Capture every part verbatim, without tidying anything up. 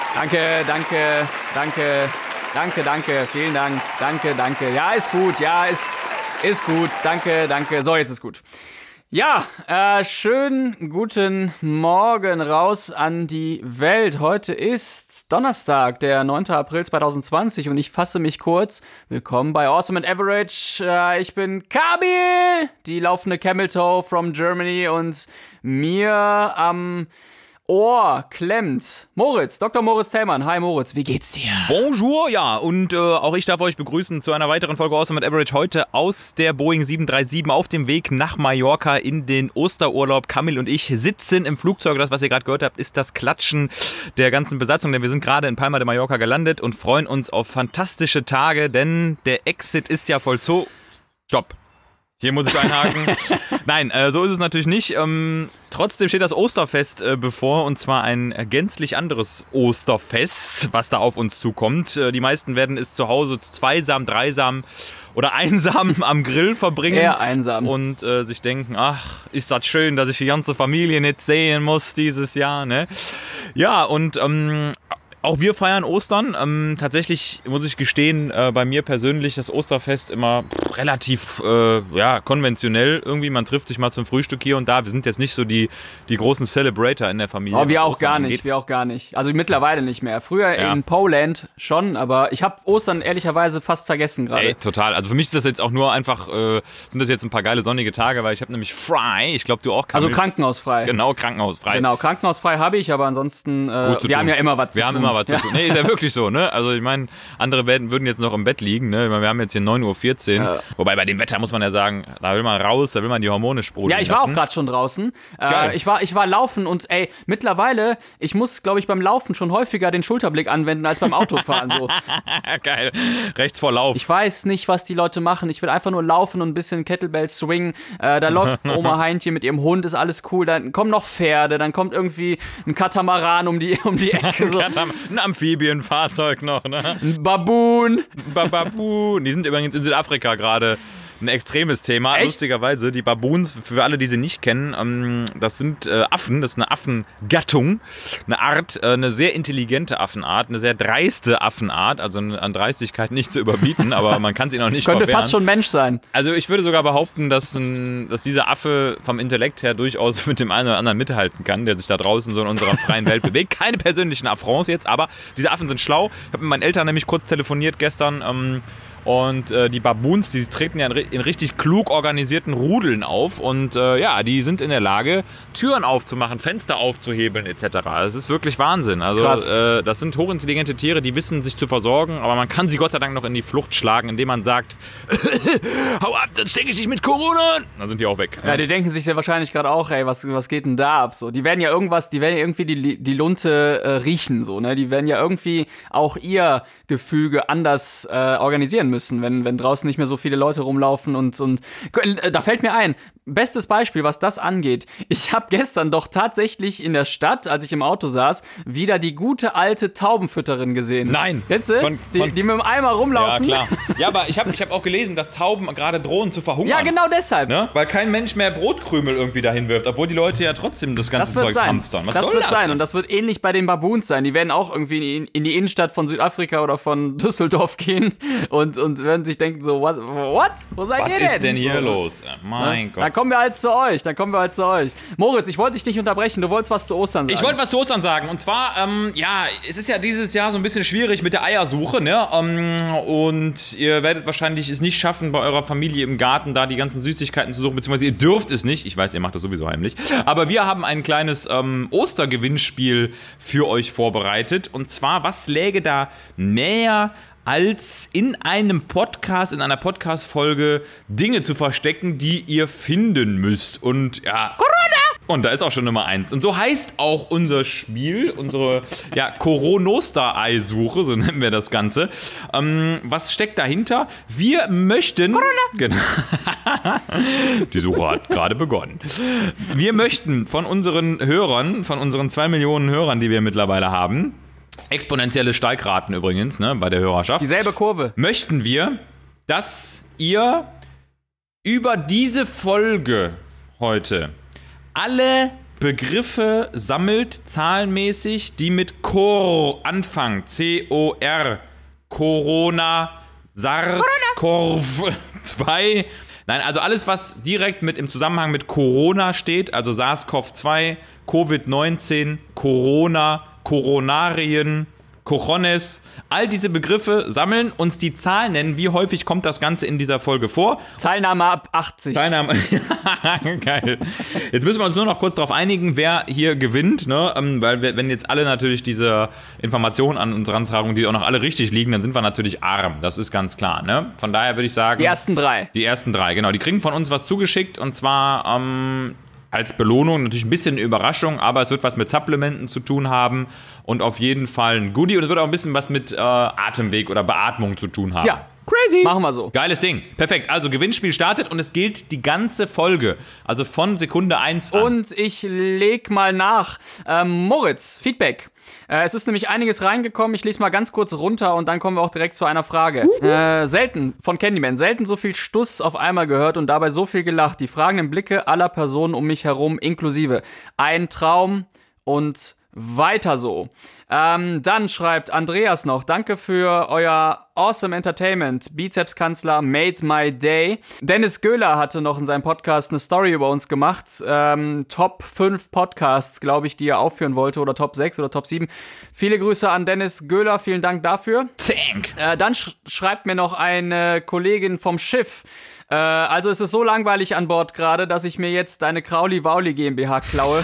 Danke, danke, danke, danke, danke, vielen Dank, danke, danke. Ja, ist gut, ja, ist, ist gut, danke, danke. So, jetzt ist gut. Ja, äh, schönen guten Morgen raus an die Welt. Heute ist Donnerstag, der neunter April zweitausendzwanzig und ich fasse mich kurz. Willkommen bei Awesome and Average. Äh, ich bin Kabil, die laufende Camel Toe from Germany und mir am Ohr klemmt Moritz, Doktor Moritz Thälmann. Hi Moritz, wie geht's dir? Bonjour, ja, und äh, auch ich darf euch begrüßen zu einer weiteren Folge Awesome and Average. Heute aus der Boeing sieben drei sieben auf dem Weg nach Mallorca in den Osterurlaub. Kamil und ich sitzen im Flugzeug. Das, was ihr gerade gehört habt, ist das Klatschen der ganzen Besatzung, denn wir sind gerade in Palma de Mallorca gelandet und freuen uns auf fantastische Tage, denn der Exit ist ja vollzogen. Stopp. Hier muss ich einhaken. Nein, äh, so ist es natürlich nicht. Ähm, trotzdem steht das Osterfest äh, bevor, und zwar ein äh, gänzlich anderes Osterfest, was da auf uns zukommt. Äh, die meisten werden es zu Hause zweisam, dreisam oder einsam am Grill verbringen. Eher einsam. Und äh, sich denken, ach, ist das schön, dass ich die ganze Familie nicht sehen muss dieses Jahr, ne? Ja, und ähm, auch wir feiern Ostern. Ähm, tatsächlich muss ich gestehen, äh, bei mir persönlich das Osterfest immer relativ äh, ja, konventionell irgendwie. Man trifft sich mal zum Frühstück hier und da. Wir sind jetzt nicht so die, die großen Celebrator in der Familie. Oh, wir auch gar nicht, angeht. wir auch gar nicht. Also mittlerweile nicht mehr. Früher ja. in Poland schon, aber ich habe Ostern ehrlicherweise fast vergessen gerade. Ey, total. Also für mich ist das jetzt auch nur einfach, äh, sind das jetzt ein paar geile sonnige Tage, weil ich habe nämlich frei. Ich glaube, du auch. Also krankenhausfrei. Genau, krankenhausfrei. Genau, krankenhausfrei habe ich, aber ansonsten, äh, wir tun. haben ja immer was zu wir tun. Wir haben immer was zu tun. Nee, ist ja wirklich so, ne? Also ich meine, andere werden, würden jetzt noch im Bett liegen, ne? Wir haben jetzt hier neun Uhr vierzehn. Ja. Wobei bei dem Wetter muss man ja sagen, da will man raus, da will man die Hormone sprudeln Ja, ich war lassen. auch gerade schon draußen. Äh, ich war ich war laufen und ey, mittlerweile, ich muss, glaube ich, beim Laufen schon häufiger den Schulterblick anwenden als beim Autofahren. So. Geil. Rechts vor Lauf. Ich weiß nicht, was die Leute machen. Ich will einfach nur laufen und ein bisschen Kettlebell swingen. Äh, da läuft Oma Heintje mit ihrem Hund, ist alles cool. Dann kommen noch Pferde, dann kommt irgendwie ein Katamaran um die, um die Ecke. So. Ein Amphibienfahrzeug noch, ne? Ein Baboon. Ba Baboon. Die sind übrigens in Südafrika gerade ein extremes Thema. Echt? Lustigerweise, die Baboons, für alle, die sie nicht kennen, ähm, das sind äh, Affen, das ist eine Affengattung, eine Art, äh, eine sehr intelligente Affenart, eine sehr dreiste Affenart, also an Dreistigkeit nicht zu überbieten, aber man kann sie noch nicht Könnte verwehren. fast schon Mensch sein. Also ich würde sogar behaupten, dass, ein, dass dieser Affe vom Intellekt her durchaus mit dem einen oder anderen mithalten kann, der sich da draußen so in unserer freien Welt bewegt. Keine persönlichen Affronts jetzt, aber diese Affen sind schlau. Ich habe mit meinen Eltern nämlich kurz telefoniert gestern, ähm, und äh, die Baboons, die treten ja in, in richtig klug organisierten Rudeln auf und äh, ja, die sind in der Lage, Türen aufzumachen, Fenster aufzuhebeln et cetera. Das ist wirklich Wahnsinn. Also äh, das sind hochintelligente Tiere, die wissen, sich zu versorgen, aber man kann sie Gott sei Dank noch in die Flucht schlagen, indem man sagt, hau ab, dann stecke ich dich mit Corona. Dann sind die auch weg. Ja, die denken sich ja wahrscheinlich gerade auch, ey, was, was geht denn da ab? So, die werden ja irgendwas, die werden ja irgendwie die, die Lunte äh, riechen, so, ne? Die werden ja irgendwie auch ihr Gefüge anders äh, organisieren müssen, wenn, wenn draußen nicht mehr so viele Leute rumlaufen und, und da fällt mir ein, bestes Beispiel, was das angeht. Ich habe gestern doch tatsächlich in der Stadt, als ich im Auto saß, wieder die gute alte Taubenfütterin gesehen. Nein. Kennst du? Von, von, die, die mit dem Eimer rumlaufen. Ja, klar. Ja, aber ich habe ich hab auch gelesen, dass Tauben gerade drohen zu verhungern. Ja, genau deshalb. Ne? Weil kein Mensch mehr Brotkrümel irgendwie dahin wirft, obwohl die Leute ja trotzdem das ganze das Zeug sein. hamstern. Was das soll wird das? sein und das wird ähnlich bei den Baboons sein. Die werden auch irgendwie in, in die Innenstadt von Südafrika oder von Düsseldorf gehen und, und werden sich denken so, what? what? Wo seid was ihr denn? Was ist denn hier so. los? Mein ja? Gott. Dann kommen wir halt zu euch. Dann kommen wir halt zu euch. Moritz, ich wollte dich nicht unterbrechen. Du wolltest was zu Ostern sagen. Ich wollte was zu Ostern sagen. Und zwar, ähm, ja, es ist ja dieses Jahr so ein bisschen schwierig mit der Eiersuche, ne? Ähm, und ihr werdet wahrscheinlich es nicht schaffen, bei eurer Familie im Garten da die ganzen Süßigkeiten zu suchen, beziehungsweise ihr dürft es nicht. Ich weiß, ihr macht das sowieso heimlich. Aber wir haben ein kleines ähm, Ostergewinnspiel für euch vorbereitet. Und zwar, was läge da näher als in einem Podcast, in einer Podcast-Folge Dinge zu verstecken, die ihr finden müsst. Und ja, Corona! Und da ist auch schon Nummer eins. Und so heißt auch unser Spiel, unsere ja, Coronoster-Ei-Suche, so nennen wir das Ganze. Ähm, was steckt dahinter? Wir möchten... Corona! Genau. Die Suche hat gerade begonnen. Wir möchten von unseren Hörern, von unseren zwei Millionen Hörern, die wir mittlerweile haben, exponentielle Steigraten übrigens, ne, bei der Hörerschaft. Dieselbe Kurve. Möchten wir, dass ihr über diese Folge heute alle Begriffe sammelt, zahlenmäßig, die mit Cor anfangen. C O R. Corona, SARS-C o V zwei. Nein, also alles, was direkt mit im Zusammenhang mit Corona steht, also SARS-C o V zwei, Covid neunzehn, Corona, Coronarien, Cojones, all diese Begriffe sammeln, uns die Zahl nennen. Wie häufig kommt das Ganze in dieser Folge vor? Teilnahme ab achtzig. Teilnahme, geil. Jetzt müssen wir uns nur noch kurz darauf einigen, wer hier gewinnt, ne? Weil wenn jetzt alle natürlich diese Informationen an uns rantragen, die auch noch alle richtig liegen, dann sind wir natürlich arm. Das ist ganz klar, ne? Von daher würde ich sagen... Die ersten drei. Die ersten drei, genau. Die kriegen von uns was zugeschickt und zwar... Ähm, als Belohnung, natürlich ein bisschen eine Überraschung, aber es wird was mit Supplementen zu tun haben und auf jeden Fall ein Goodie und es wird auch ein bisschen was mit äh, Atemweg oder Beatmung zu tun haben. Ja, crazy. Machen wir so. Geiles Ding. Perfekt. Also Gewinnspiel startet und es gilt die ganze Folge. Also von Sekunde eins an. Und ich leg mal nach. Ähm, Moritz, Feedback. Äh, es ist nämlich einiges reingekommen. Ich lese mal ganz kurz runter und dann kommen wir auch direkt zu einer Frage. Äh, selten, von Candyman, selten so viel Stuss auf einmal gehört und dabei so viel gelacht. Die fragenden Blicke aller Personen um mich herum inklusive. Ein Traum und weiter so. Ähm, dann schreibt Andreas noch, danke für euer awesome Entertainment. Bizepskanzler made my day. Dennis Göhler hatte noch in seinem Podcast eine Story über uns gemacht. Ähm, Top fünf Podcasts, glaube ich, die er aufführen wollte. Oder Top sechs oder Top sieben. Viele Grüße an Dennis Göhler. Vielen Dank dafür. Thank. Äh, dann sch- schreibt mir noch eine Kollegin vom Schiff. Äh, also es ist so langweilig an Bord gerade, dass ich mir jetzt deine Krauli-Wauli GmbH klaue.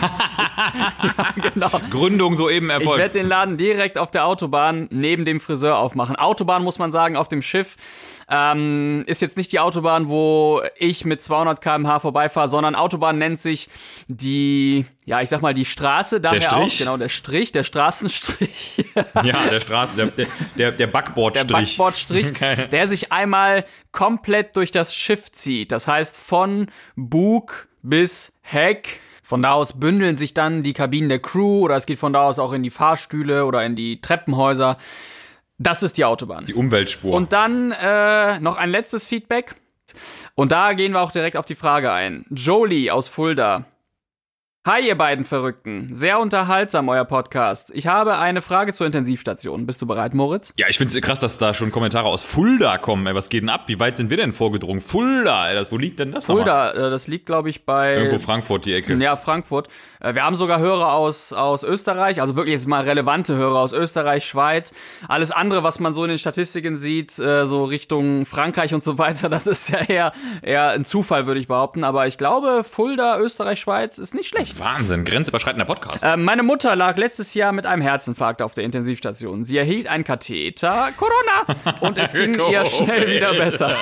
Ja, genau. Gründung soeben erfolgt. Ich werde den Laden direkt auf der Autobahn neben dem Friseur aufmachen. Autobahn muss man sagen, auf dem Schiff. Ähm, ist jetzt nicht die Autobahn, wo ich mit zweihundert Kilometer pro Stunde vorbeifahre, sondern Autobahn nennt sich die, ja, ich sag mal, die Straße, daher der Strich? auch, genau, der Strich, der Straßenstrich. Ja, der Straße, der, der, der Backbordstrich. Der Backbordstrich, Okay. der sich einmal komplett durch das Schiff zieht. Das heißt, von Bug bis Heck. Von da aus bündeln sich dann die Kabinen der Crew oder es geht von da aus auch in die Fahrstühle oder in die Treppenhäuser. Das ist die Autobahn. Die Umweltspur. Und dann äh, noch ein letztes Feedback. Und da gehen wir auch direkt auf die Frage ein. Jolie aus Fulda. Hi, ihr beiden Verrückten. Sehr unterhaltsam, euer Podcast. Ich habe eine Frage zur Intensivstation. Bist du bereit, Moritz? Ja, ich find's krass, dass da schon Kommentare aus Fulda kommen. Ey, was geht denn ab? Wie weit sind wir denn vorgedrungen? Fulda, ey, das, wo liegt denn das nochmal? Fulda, äh, das liegt, glaube ich, bei... Irgendwo Frankfurt, die Ecke. Ja, Frankfurt. Äh, wir haben sogar Hörer aus, aus Österreich, also wirklich jetzt mal relevante Hörer aus Österreich, Schweiz. Alles andere, was man so in den Statistiken sieht, äh, so Richtung Frankreich und so weiter, das ist ja eher, eher ein Zufall, würde ich behaupten. Aber ich glaube, Fulda, Österreich, Schweiz ist nicht schlecht. Wahnsinn, grenzüberschreitender Podcast. Äh, meine Mutter lag letztes Jahr mit einem Herzinfarkt auf der Intensivstation. Sie erhielt einen Katheter, Corona, und es ging ihr schnell wieder besser.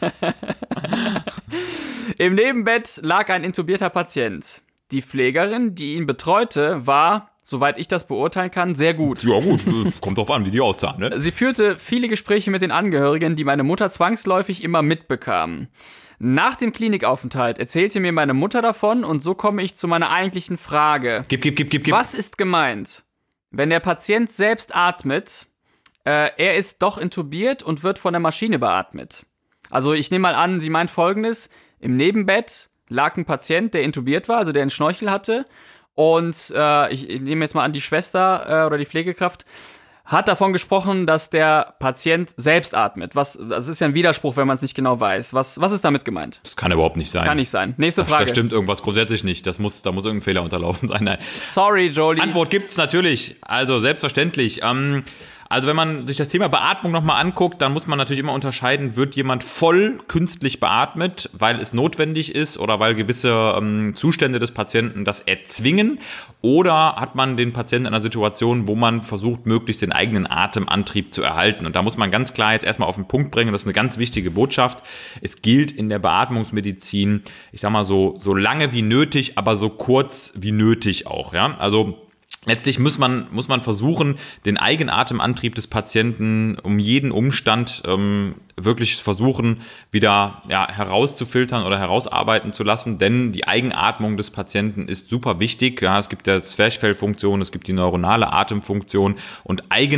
Im Nebenbett lag ein intubierter Patient. Die Pflegerin, die ihn betreute, war, soweit ich das beurteilen kann, sehr gut. Ja gut, kommt drauf an, wie die aussahen, ne? Sie führte viele Gespräche mit den Angehörigen, die meine Mutter zwangsläufig immer mitbekam. Nach dem Klinikaufenthalt erzählte mir meine Mutter davon und so komme ich zu meiner eigentlichen Frage. Gib, gib, gib, gib, gib. Was ist gemeint? Wenn der Patient selbst atmet, äh, er ist doch intubiert und wird von der Maschine beatmet. Also ich nehme mal an, sie meint Folgendes. Im Nebenbett lag ein Patient, der intubiert war, also der einen Schnorchel hatte. Und äh, ich, ich nehme jetzt mal an, die Schwester äh, oder die Pflegekraft hat davon gesprochen, dass der Patient selbst atmet. Was, das ist ja ein Widerspruch, wenn man es nicht genau weiß. Was, was ist damit gemeint? Das kann überhaupt nicht sein. Kann nicht sein. Nächste Da, Frage. da stimmt irgendwas grundsätzlich nicht. Das muss, da muss irgendein Fehler unterlaufen sein. Nein. Sorry, Jolie. Antwort gibt's natürlich. Also selbstverständlich. Ähm, also wenn man sich das Thema Beatmung nochmal anguckt, dann muss man natürlich immer unterscheiden, wird jemand voll künstlich beatmet, weil es notwendig ist oder weil gewisse ähm, Zustände des Patienten das erzwingen, oder hat man den Patienten in einer Situation, wo man versucht, möglichst den eigenen Atemantrieb zu erhalten. Und da muss man ganz klar jetzt erstmal auf den Punkt bringen, das ist eine ganz wichtige Botschaft. Es gilt in der Beatmungsmedizin, ich sag mal so, so lange wie nötig, aber so kurz wie nötig auch, ja. Also letztlich muss man, muss man versuchen, den Eigenatemantrieb des Patienten um jeden Umstand ähm, wirklich versuchen, wieder ja, herauszufiltern oder herausarbeiten zu lassen, denn die Eigenatmung des Patienten ist super wichtig. Ja, es gibt ja Zwerchfellfunktion, es gibt die neuronale Atemfunktion und Eigenatmung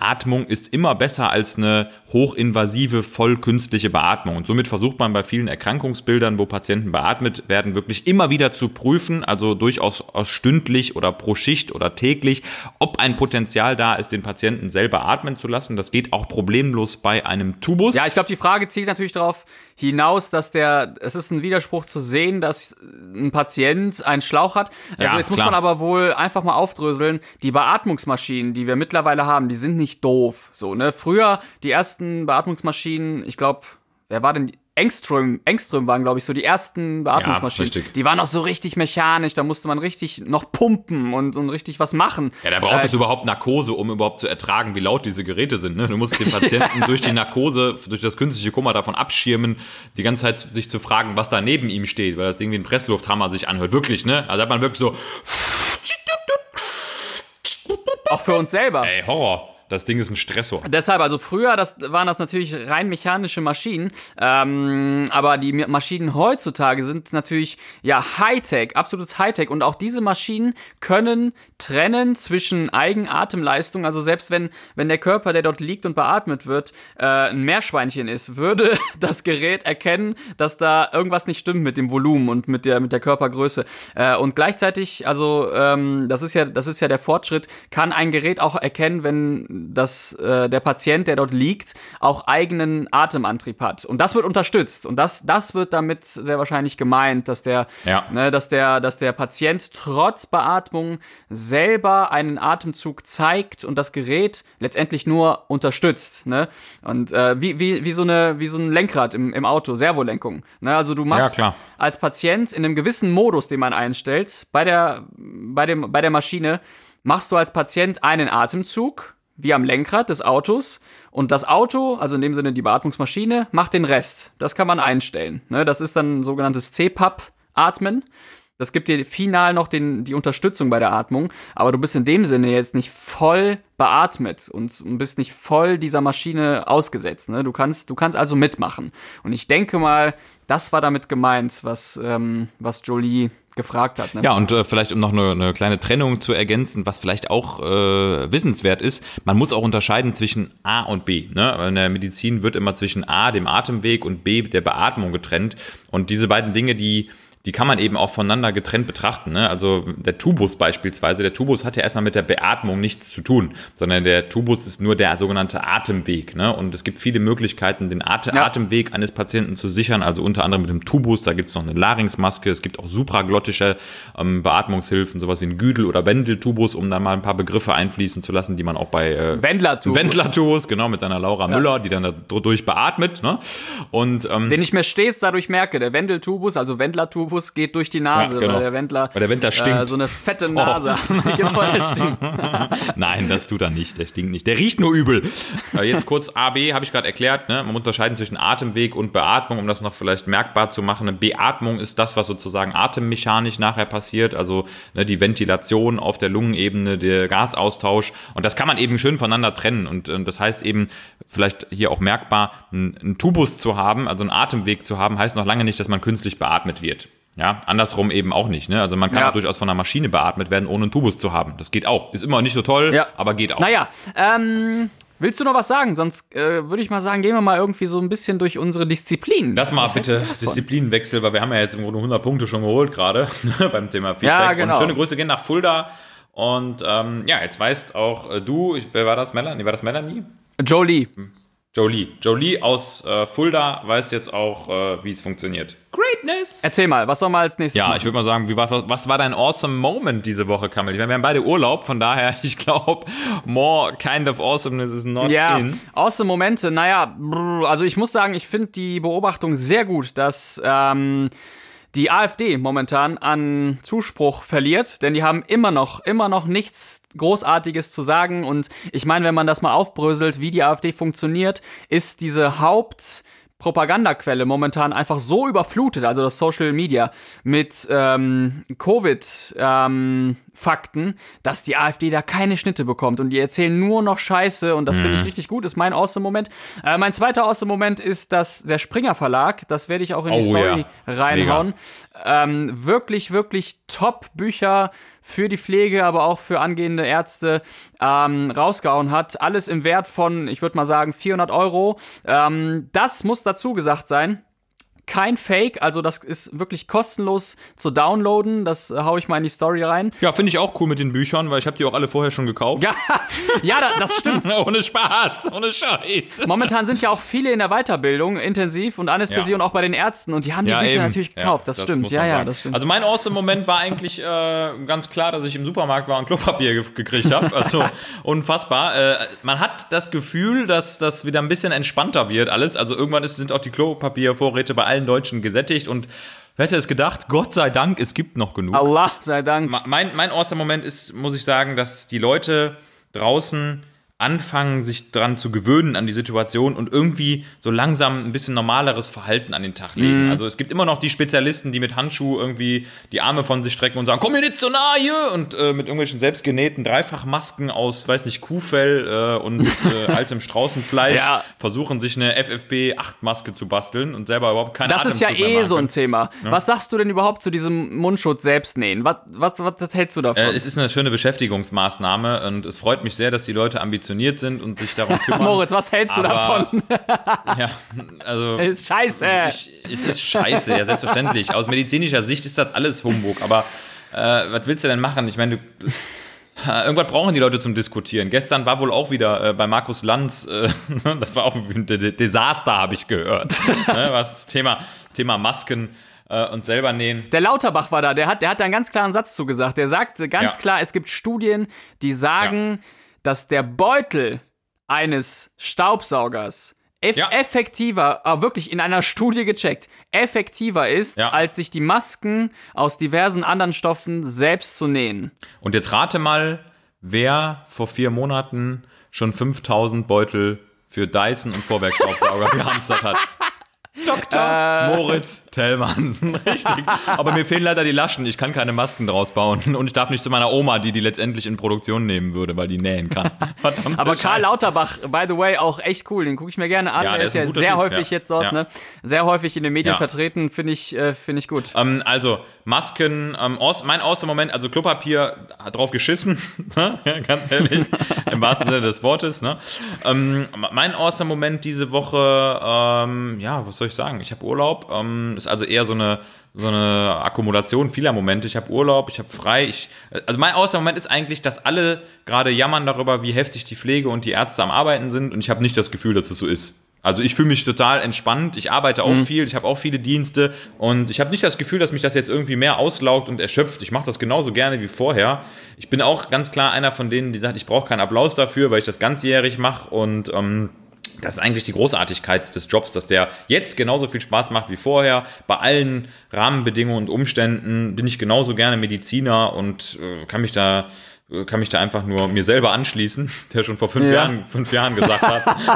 Atmung ist immer besser als eine hochinvasive, vollkünstliche Beatmung. Und somit versucht man bei vielen Erkrankungsbildern, wo Patienten beatmet werden, wirklich immer wieder zu prüfen, also durchaus aus stündlich oder pro Schicht oder täglich, ob ein Potenzial da ist, den Patienten selber atmen zu lassen. Das geht auch problemlos bei einem Tubus. Ja, ich glaube, die Frage zielt natürlich darauf hinaus, dass der, es ist ein Widerspruch zu sehen, dass ein Patient einen Schlauch hat. Also Ja, jetzt muss klar. man aber wohl einfach mal aufdröseln, die Beatmungsmaschinen, die wir mittlerweile haben, die sind nicht doof. So, ne? Früher, die ersten Beatmungsmaschinen, ich glaube, wer war denn? Engström, Engström waren, glaube ich, so die ersten Beatmungsmaschinen. Ja, richtig. Die waren auch so richtig mechanisch, da musste man richtig noch pumpen und, und richtig was machen. Ja, da braucht Äh, es überhaupt Narkose, um überhaupt zu ertragen, wie laut diese Geräte sind. Ne? Du musst den Patienten durch die Narkose, durch das künstliche Koma davon abschirmen, die ganze Zeit sich zu fragen, was da neben ihm steht, weil das irgendwie ein Presslufthammer sich anhört. Wirklich, ne? Also da hat man wirklich so, Auch für uns selber. ey, Horror. Das Ding ist ein Stressor. Deshalb, also früher das waren das natürlich rein mechanische Maschinen, ähm, aber die Maschinen heutzutage sind natürlich ja Hightech, absolutes Hightech, und auch diese Maschinen können trennen zwischen Eigenatemleistung, also selbst wenn, wenn der Körper, der dort liegt und beatmet wird, äh, ein Meerschweinchen ist, würde das Gerät erkennen, dass da irgendwas nicht stimmt mit dem Volumen und mit der, mit der Körpergröße. Äh, und gleichzeitig, also ähm, das ist ja, das ist ja der Fortschritt, kann ein Gerät auch erkennen, wenn dass äh, der Patient, der dort liegt, auch eigenen Atemantrieb hat. Und das wird unterstützt. Und das, das wird damit sehr wahrscheinlich gemeint, dass der, Ja. ne, dass der, dass der Patient trotz Beatmung selber einen Atemzug zeigt und das Gerät letztendlich nur unterstützt. Ne? Und äh, wie, wie, wie, so eine, wie so ein Lenkrad im, im Auto, Servolenkung. Ne? Also du machst Ja, klar. als Patient in einem gewissen Modus, den man einstellt, bei der, bei dem, bei der Maschine, machst du als Patient einen Atemzug, wie am Lenkrad des Autos, und das Auto, also in dem Sinne die Beatmungsmaschine, macht den Rest. Das kann man einstellen. Ne? Das ist dann ein sogenanntes C PAP-Atmen. Das gibt dir final noch den, die Unterstützung bei der Atmung, aber du bist in dem Sinne jetzt nicht voll beatmet und bist nicht voll dieser Maschine ausgesetzt. Ne? Du kannst, du kannst also mitmachen. Und ich denke mal, das war damit gemeint, was, ähm, was Jolie gefragt hat. Ne? Ja, und äh, vielleicht, um noch eine, eine kleine Trennung zu ergänzen, was vielleicht auch äh, wissenswert ist, man muss auch unterscheiden zwischen A und B. Ne? In der Medizin wird immer zwischen A, dem Atemweg, und B, der Beatmung getrennt. Und diese beiden Dinge, die die kann man eben auch voneinander getrennt betrachten. Ne? Also der Tubus beispielsweise, der Tubus hat ja erstmal mit der Beatmung nichts zu tun, sondern der Tubus ist nur der sogenannte Atemweg. Ne? Und es gibt viele Möglichkeiten, den At- ja. Atemweg eines Patienten zu sichern, also unter anderem mit dem Tubus, da gibt es noch eine Larynxmaske, es gibt auch supraglottische ähm, Beatmungshilfen, sowas wie ein Güdel- oder Wendeltubus, um dann mal ein paar Begriffe einfließen zu lassen, die man auch bei äh, Wendlertubus. Wendlertubus, genau, mit seiner Laura ja. Müller, die dann dadurch beatmet. Ne? Und, ähm, den ich mir stets dadurch merke, der Wendeltubus, also Wendlertubus, geht durch die Nase, Ja, genau. weil der Wendler, weil der Wendler stinkt. Äh, so eine fette Nase Oh. hat. Genau, der stinkt. Nein, das tut er nicht, der stinkt nicht. Der riecht nur übel. Äh, jetzt kurz A, B, habe ich gerade erklärt. Ne? Man muss unterscheiden zwischen Atemweg und Beatmung, um das noch vielleicht merkbar zu machen. Eine Beatmung ist das, was sozusagen atemmechanisch nachher passiert, also ne, die Ventilation auf der Lungenebene, der Gasaustausch. Und das kann man eben schön voneinander trennen. Und äh, das heißt eben, vielleicht hier auch merkbar, einen Tubus zu haben, also einen Atemweg zu haben, heißt noch lange nicht, dass man künstlich beatmet wird. Ja, andersrum eben auch nicht. Ne? Also man kann ja. auch durchaus von einer Maschine beatmet werden, ohne einen Tubus zu haben. Das geht auch. Ist immer nicht so toll, ja. aber geht auch. Naja, ähm, willst du noch was sagen? Sonst äh, würde ich mal sagen, gehen wir mal irgendwie so ein bisschen durch unsere Disziplinen. Lass mal was bitte Disziplinenwechsel, weil wir haben ja jetzt im Grunde hundert Punkte schon geholt gerade beim Thema Feedback. Ja, genau. Und schöne Grüße gehen nach Fulda. Und ähm, ja, jetzt weißt auch äh, du, ich, wer war das? Melanie? War das Melanie? Jolie. Jolie. Jolie aus äh, Fulda weiß jetzt auch, äh, wie es funktioniert. Greatness! Erzähl mal, was soll man als nächstes Ja, machen? ich würde mal sagen, wie war, was war dein awesome Moment diese Woche, Kamil? Ich meine, wir haben beide Urlaub, von daher, ich glaube, more kind of awesomeness is not Ja, in. awesome Momente. Naja, brr, also ich muss sagen, ich finde die Beobachtung sehr gut, dass ähm, die AfD momentan an Zuspruch verliert, denn die haben immer noch, immer noch nichts Großartiges zu sagen. Und ich meine, wenn man das mal aufbröselt, wie die AfD funktioniert, ist diese Haupt- Propagandaquelle momentan einfach so überflutet, also das Social Media, mit ähm, Covid, ähm, Fakten, dass die AfD da keine Schnitte bekommt und die erzählen nur noch Scheiße und das mhm. finde ich richtig gut, ist mein Awesome-Moment. Äh, mein zweiter Awesome-Moment ist, dass der Springer Verlag, das werde ich auch in die oh, Story ja. reinhauen, ähm, wirklich, wirklich Top-Bücher für die Pflege, aber auch für angehende Ärzte ähm, rausgehauen hat. Alles im Wert von, ich würde mal sagen, vierhundert Euro. Ähm, das muss dazu gesagt sein. Kein Fake, also das ist wirklich kostenlos zu downloaden. Das äh, hau ich mal in die Story rein. Ja, finde ich auch cool mit den Büchern, weil ich habe die auch alle vorher schon gekauft. Ja, ja da, das stimmt. Ohne Spaß, ohne Scheiß. Momentan sind ja auch viele in der Weiterbildung intensiv und Anästhesie ja. und auch bei den Ärzten und die haben die ja, Bücher eben. natürlich gekauft. Ja, das, das stimmt, ja, ja, das stimmt. Also mein Awesome-Moment war eigentlich äh, ganz klar, dass ich im Supermarkt war und Klopapier ge- gekriegt habe. Also unfassbar. Äh, man hat das Gefühl, dass das wieder ein bisschen entspannter wird alles. Also irgendwann ist, sind auch die Klopapiervorräte bei allen Deutschen gesättigt und wer hätte es gedacht, Gott sei Dank, es gibt noch genug. Allah sei Dank. Mein, mein Awesome-Moment ist, muss ich sagen, dass die Leute draußen anfangen, sich dran zu gewöhnen an die Situation und irgendwie so langsam ein bisschen normaleres Verhalten an den Tag legen. Mm. Also es gibt immer noch die Spezialisten, die mit Handschuh irgendwie die Arme von sich strecken und sagen, komm mir nicht so nah hier und äh, mit irgendwelchen selbstgenähten Dreifachmasken aus, weiß nicht, Kuhfell äh, und äh, altem Straußenfleisch ja. versuchen, sich eine F F P acht Maske zu basteln und selber überhaupt keine Das Atemzug ist ja eh so ein Thema. Ja? Was sagst du denn überhaupt zu diesem Mundschutz selbst nähen? Was, was, was, was hältst du davon? Äh, es ist eine schöne Beschäftigungsmaßnahme und es freut mich sehr, dass die Leute ambitioniert sind und sich darum kümmern. Moritz, was hältst aber, du davon? ja, also es ist scheiße. Ich, es ist scheiße, ja, selbstverständlich. Aus medizinischer Sicht ist das alles Humbug, aber äh, was willst du denn machen? Ich meine, du, äh, irgendwas brauchen die Leute zum Diskutieren. Gestern war wohl auch wieder äh, bei Markus Lanz, äh, das war auch ein D- Desaster, habe ich gehört. ne, was Thema, Thema Masken und selber nähen. Der Lauterbach war da, der hat, der hat da einen ganz klaren Satz zugesagt. Der sagte ganz ja. klar, es gibt Studien, die sagen, ja. dass der Beutel eines Staubsaugers eff- ja. effektiver, aber wirklich in einer Studie gecheckt, effektiver ist, ja. als sich die Masken aus diversen anderen Stoffen selbst zu nähen. Und jetzt rate mal, wer vor vier Monaten schon fünftausend Beutel für Dyson und Vorwerkstaubsauger gehamstert hat. Doktor äh, Moritz Tellmann. Richtig. Aber mir fehlen leider die Laschen. Ich kann keine Masken draus bauen. Und ich darf nicht zu meiner Oma, die die letztendlich in Produktion nehmen würde, weil die nähen kann. Verdammt. Aber Karl Lauterbach, by the way, auch echt cool. Den gucke ich mir gerne an. Ja, der ist, ist ja sehr typ. häufig ja. jetzt dort, ja. ne? Sehr häufig in den Medien ja. vertreten. Finde ich, äh, find ich gut. Ähm, also, Masken, ähm, aus, mein Awesome-Moment, also Klopapier hat drauf geschissen. Ganz ehrlich. Im wahrsten Sinne des Wortes. Ne? Ähm, mein Awesome-Moment diese Woche, ähm, ja, was soll ich sagen? Ich habe Urlaub. Ähm, ist also eher so eine, so eine Akkumulation vieler Momente. Ich habe Urlaub, ich habe frei. Ich, also mein Awesome-Moment ist eigentlich, dass alle gerade jammern darüber, wie heftig die Pflege und die Ärzte am Arbeiten sind. Und ich habe nicht das Gefühl, dass es so ist. Also ich fühle mich total entspannt. Ich arbeite auch mhm. viel. Ich habe auch viele Dienste. Und ich habe nicht das Gefühl, dass mich das jetzt irgendwie mehr auslaugt und erschöpft. Ich mache das genauso gerne wie vorher. Ich bin auch ganz klar einer von denen, die sagt, ich brauche keinen Applaus dafür, weil ich das ganzjährig mache. Und ähm, das ist eigentlich die Großartigkeit des Jobs, dass der jetzt genauso viel Spaß macht wie vorher. Bei allen Rahmenbedingungen und Umständen bin ich genauso gerne Mediziner und äh, kann mich da kann mich da einfach nur mir selber anschließen, der schon vor fünf ja. Jahren fünf Jahren gesagt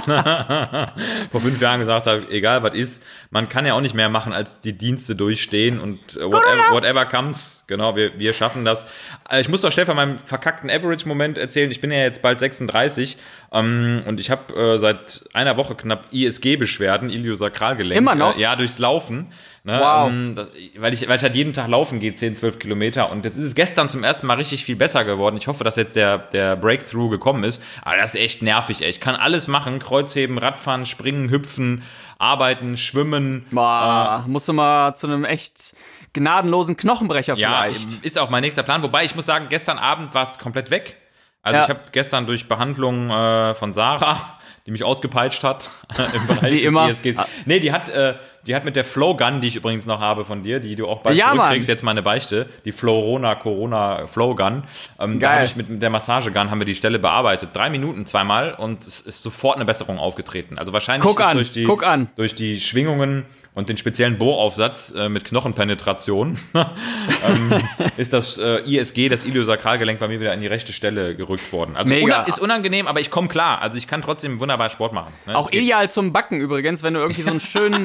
hat, vor fünf Jahren gesagt hat, egal was ist, man kann ja auch nicht mehr machen, als die Dienste durchstehen und whatever, whatever comes, genau, wir, wir schaffen das. Ich muss doch schnell von meinem verkackten Average-Moment erzählen, ich bin ja jetzt bald sechsunddreißig ähm, und ich habe äh, seit einer Woche knapp I S G-Beschwerden, Iliosakralgelenk. Immer noch? Äh, ja, durchs Laufen. Ne, wow. ähm, das, weil, ich, weil ich halt jeden Tag laufen gehe, zehn, zwölf Kilometer und jetzt ist es gestern zum ersten Mal richtig viel besser geworden. Ich hoffe, dass jetzt der, der Breakthrough gekommen ist, aber das ist echt nervig, ey. Ich kann alles machen, Kreuzheben, Radfahren, Springen, Hüpfen, Arbeiten, Schwimmen. Boah, äh, musst du mal zu einem echt gnadenlosen Knochenbrecher vielleicht. Ja, ist auch mein nächster Plan, wobei ich muss sagen, gestern Abend war es komplett weg. Also ja. ich habe gestern durch Behandlung äh, von Sarah, die mich ausgepeitscht hat im Bereich Wie des immer. I S Gs. Nee, die hat, äh, die hat mit der Flow Gun, die ich übrigens noch habe von dir, die du auch bald ja, zurückkriegst, jetzt meine Beichte, die Florona Corona Flow Gun. Ähm, da habe ich mit der Massage Gun haben wir die Stelle bearbeitet. Drei Minuten zweimal und es ist sofort eine Besserung aufgetreten. Also wahrscheinlich Guck ist an, durch, die, guck an. durch die Schwingungen und den speziellen Bohraufsatz äh, mit Knochenpenetration ähm, ist das äh, I S G, das Iliosakralgelenk, bei mir wieder an die rechte Stelle gerückt worden. Also Mega. Una- ist unangenehm, aber ich komme klar. Also ich kann trotzdem wunderbar Sport machen. Ne? Auch ideal zum Backen übrigens, wenn du irgendwie so einen schönen Teig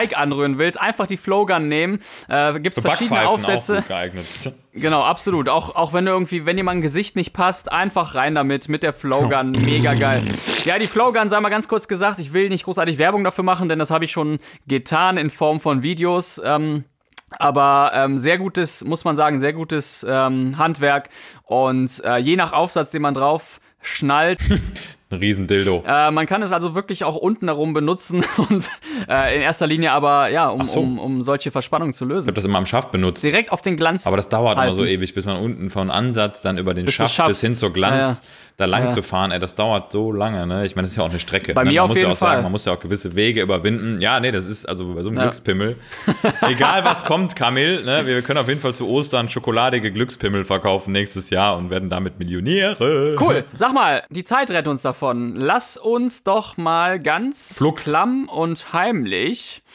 Teig anrühren willst, einfach die Flowgun nehmen. Äh, gibt es verschiedene Backpfeifen Aufsätze. auch gut geeignet. Genau, absolut. Auch, auch wenn du irgendwie, wenn dir mal ein Gesicht nicht passt, einfach rein damit, mit der Flowgun. Mega geil. Ja, die Flowgun, sei mal ganz kurz gesagt, ich will nicht großartig Werbung dafür machen, denn das habe ich schon getan in Form von Videos. Ähm, aber ähm, sehr gutes, muss man sagen, sehr gutes ähm, Handwerk. Und äh, je nach Aufsatz, den man drauf schnallt, ein Riesendildo. Äh, man kann es also wirklich auch unten herum benutzen und äh, in erster Linie aber, ja, um, so. um, um solche Verspannungen zu lösen. Ich habe das immer am Schaft benutzt. Direkt auf den Glanz. Aber das dauert halten. immer so ewig, bis man unten von Ansatz dann über den Bis du Schaft schaffst. bis hin zur Glanz Ja, ja. da lang Ja. zu fahren. Ey, das dauert so lange, ne? Ich meine, das ist ja auch eine Strecke. Bei ne? mir man auf muss jeden ja auch Fall. sagen, man muss ja auch gewisse Wege überwinden. Ja, nee, das ist also bei so einem Ja. Glückspimmel. Egal was kommt, Kamil, ne? Wir können auf jeden Fall zu Ostern schokoladige Glückspimmel verkaufen nächstes Jahr und werden damit Millionäre. Cool. Sag mal, die Zeit rettet uns davon. Lass uns doch mal ganz Flux. klamm und heimlich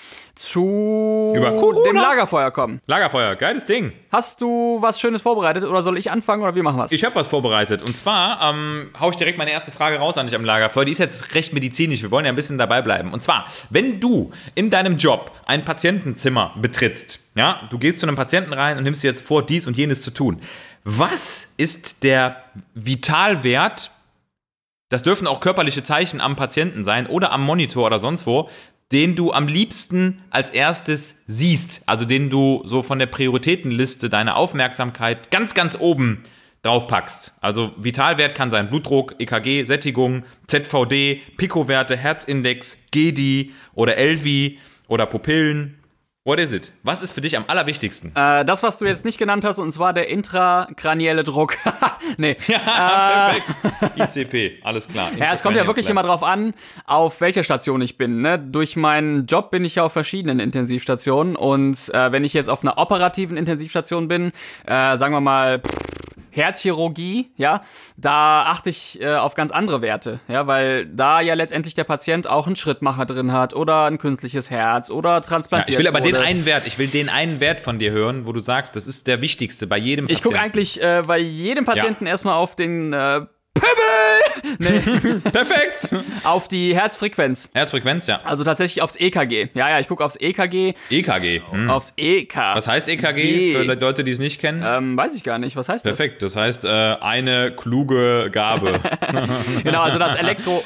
zu Über Corona. dem Lagerfeuer kommen. Lagerfeuer, geiles Ding. Hast du was Schönes vorbereitet oder soll ich anfangen oder wie machen wir es? Ich habe was vorbereitet. Und zwar ähm, hau ich direkt meine erste Frage raus an dich am Lagerfeuer. Die ist jetzt recht medizinisch. Wir wollen ja ein bisschen dabei bleiben. Und zwar, wenn du in deinem Job ein Patientenzimmer betrittst, ja, du gehst zu einem Patienten rein und nimmst dir jetzt vor, dies und jenes zu tun. Was ist der Vitalwert? Das dürfen auch körperliche Zeichen am Patienten sein oder am Monitor oder sonst wo, den du am liebsten als erstes siehst. Also den du so von der Prioritätenliste deiner Aufmerksamkeit ganz, ganz oben drauf packst. Also Vitalwert kann sein Blutdruck, E K G, Sättigung, Z V D, Pico-Werte, Herzindex, G D I oder L V oder Pupillen. What is it? Was ist für dich am allerwichtigsten? Äh, das, was du jetzt nicht genannt hast, und zwar der intrakranielle Druck. nee. Ja, perfekt. I C P, alles klar. Ja, es kommt ja wirklich immer drauf an, auf welcher Station ich bin. Ne? Durch meinen Job bin ich ja auf verschiedenen Intensivstationen und äh, wenn ich jetzt auf einer operativen Intensivstation bin, äh, sagen wir mal pff, Herzchirurgie, ja, da achte ich äh, auf ganz andere Werte, ja, weil da ja letztendlich der Patient auch einen Schrittmacher drin hat oder ein künstliches Herz oder transplantiert Ja, ich will aber wurde. den einen Wert, ich will den einen Wert von dir hören, wo du sagst, das ist der wichtigste bei jedem Ich Patienten. gucke eigentlich äh, bei jedem Patienten ja. erstmal auf den äh, Pimmel! Nee. Perfekt! Auf die Herzfrequenz. Herzfrequenz, ja. Also tatsächlich aufs E K G. Ja, ja, ich gucke aufs E K G. E K G. Hm. Aufs E K. Was heißt E K G G. für Leute, die es nicht kennen? Ähm, weiß ich gar nicht. Was heißt Perfekt, das heißt äh, eine kluge Gabe. das? Genau, also das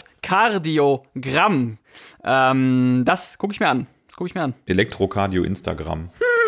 Elektrokardiogramm. Ähm, das gucke ich mir an. Das gucke ich mir an. Elektrokardio Instagram.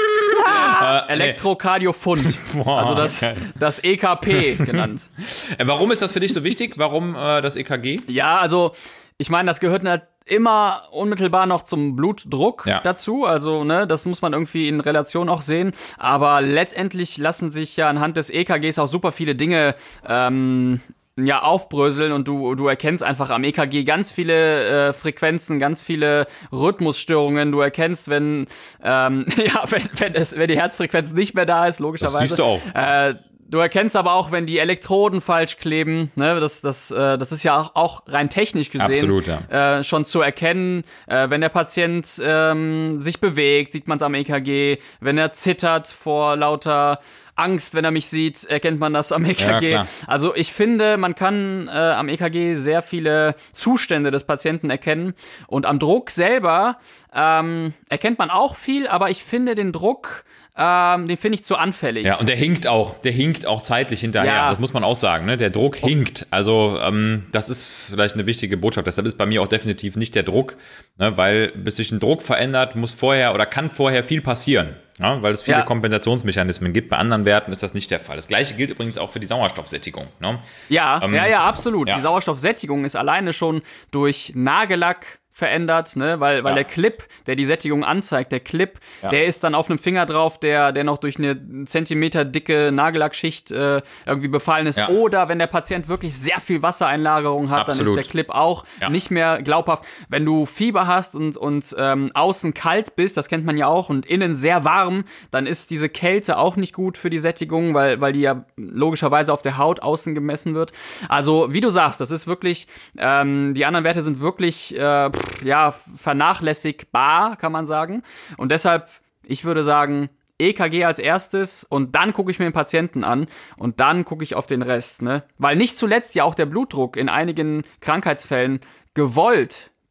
äh, Elektrokardiofund. Also das, okay. das E K P genannt. Äh, warum ist das für dich so wichtig? Warum äh, das E K G? Ja, also ich meine, das gehört halt immer unmittelbar noch zum Blutdruck ja. dazu, also ne, das muss man irgendwie in Relation auch sehen, aber letztendlich lassen sich ja anhand des E K Gs auch super viele Dinge ähm, ja, aufbröseln und du, du erkennst einfach am E K G ganz viele äh, Frequenzen, ganz viele Rhythmusstörungen. Du erkennst, wenn, ähm, ja, wenn, wenn, es, wenn die Herzfrequenz nicht mehr da ist, logischerweise. Das siehst du auch. Äh, Du erkennst aber auch, wenn die Elektroden falsch kleben, ne, das, das, äh, das ist ja auch rein technisch gesehen Absolut, ja. äh, schon zu erkennen. Äh, wenn der Patient ähm, sich bewegt, sieht man es am E K G. Wenn er zittert vor lauter Angst, wenn er mich sieht, erkennt man das am E K G. Ja, also ich finde, man kann äh, am E K G sehr viele Zustände des Patienten erkennen. Und am Druck selber ähm, erkennt man auch viel, aber ich finde den Druck... Ähm, den finde ich zu anfällig. Ja, und der hinkt auch, der hinkt auch zeitlich hinterher. Ja. Das muss man auch sagen, ne? Der Druck hinkt. Also ähm, das ist vielleicht eine wichtige Botschaft. Deshalb ist bei mir auch definitiv nicht der Druck, ne? Weil bis sich ein Druck verändert, muss vorher oder kann vorher viel passieren. Ja? Weil es viele Ja. Kompensationsmechanismen gibt. Bei anderen Werten ist das nicht der Fall. Das Gleiche gilt übrigens auch für die Sauerstoffsättigung. Ne? Ja, Ähm, ja, ja, absolut. ja. Die Sauerstoffsättigung ist alleine schon durch Nagellack verändert, ne, weil, weil Ja. der Clip, der die Sättigung anzeigt, der Clip, Ja. der ist dann auf einem Finger drauf, der, der noch durch eine Zentimeter dicke Nagellackschicht äh, irgendwie befallen ist. Ja. Oder wenn der Patient wirklich sehr viel Wassereinlagerung hat, Absolut. dann ist der Clip auch Ja. nicht mehr glaubhaft. Wenn du Fieber hast und, und ähm, außen kalt bist, das kennt man ja auch, und innen sehr warm, dann ist diese Kälte auch nicht gut für die Sättigung, weil, weil die ja logischerweise auf der Haut außen gemessen wird. Also, wie du sagst, das ist wirklich, ähm, die anderen Werte sind wirklich, äh, pff, ja, vernachlässigbar, kann man sagen. Und deshalb, ich würde sagen, E K G als erstes und dann gucke ich mir den Patienten an und dann gucke ich auf den Rest, ne? Weil nicht zuletzt ja auch der Blutdruck in einigen Krankheitsfällen gewollt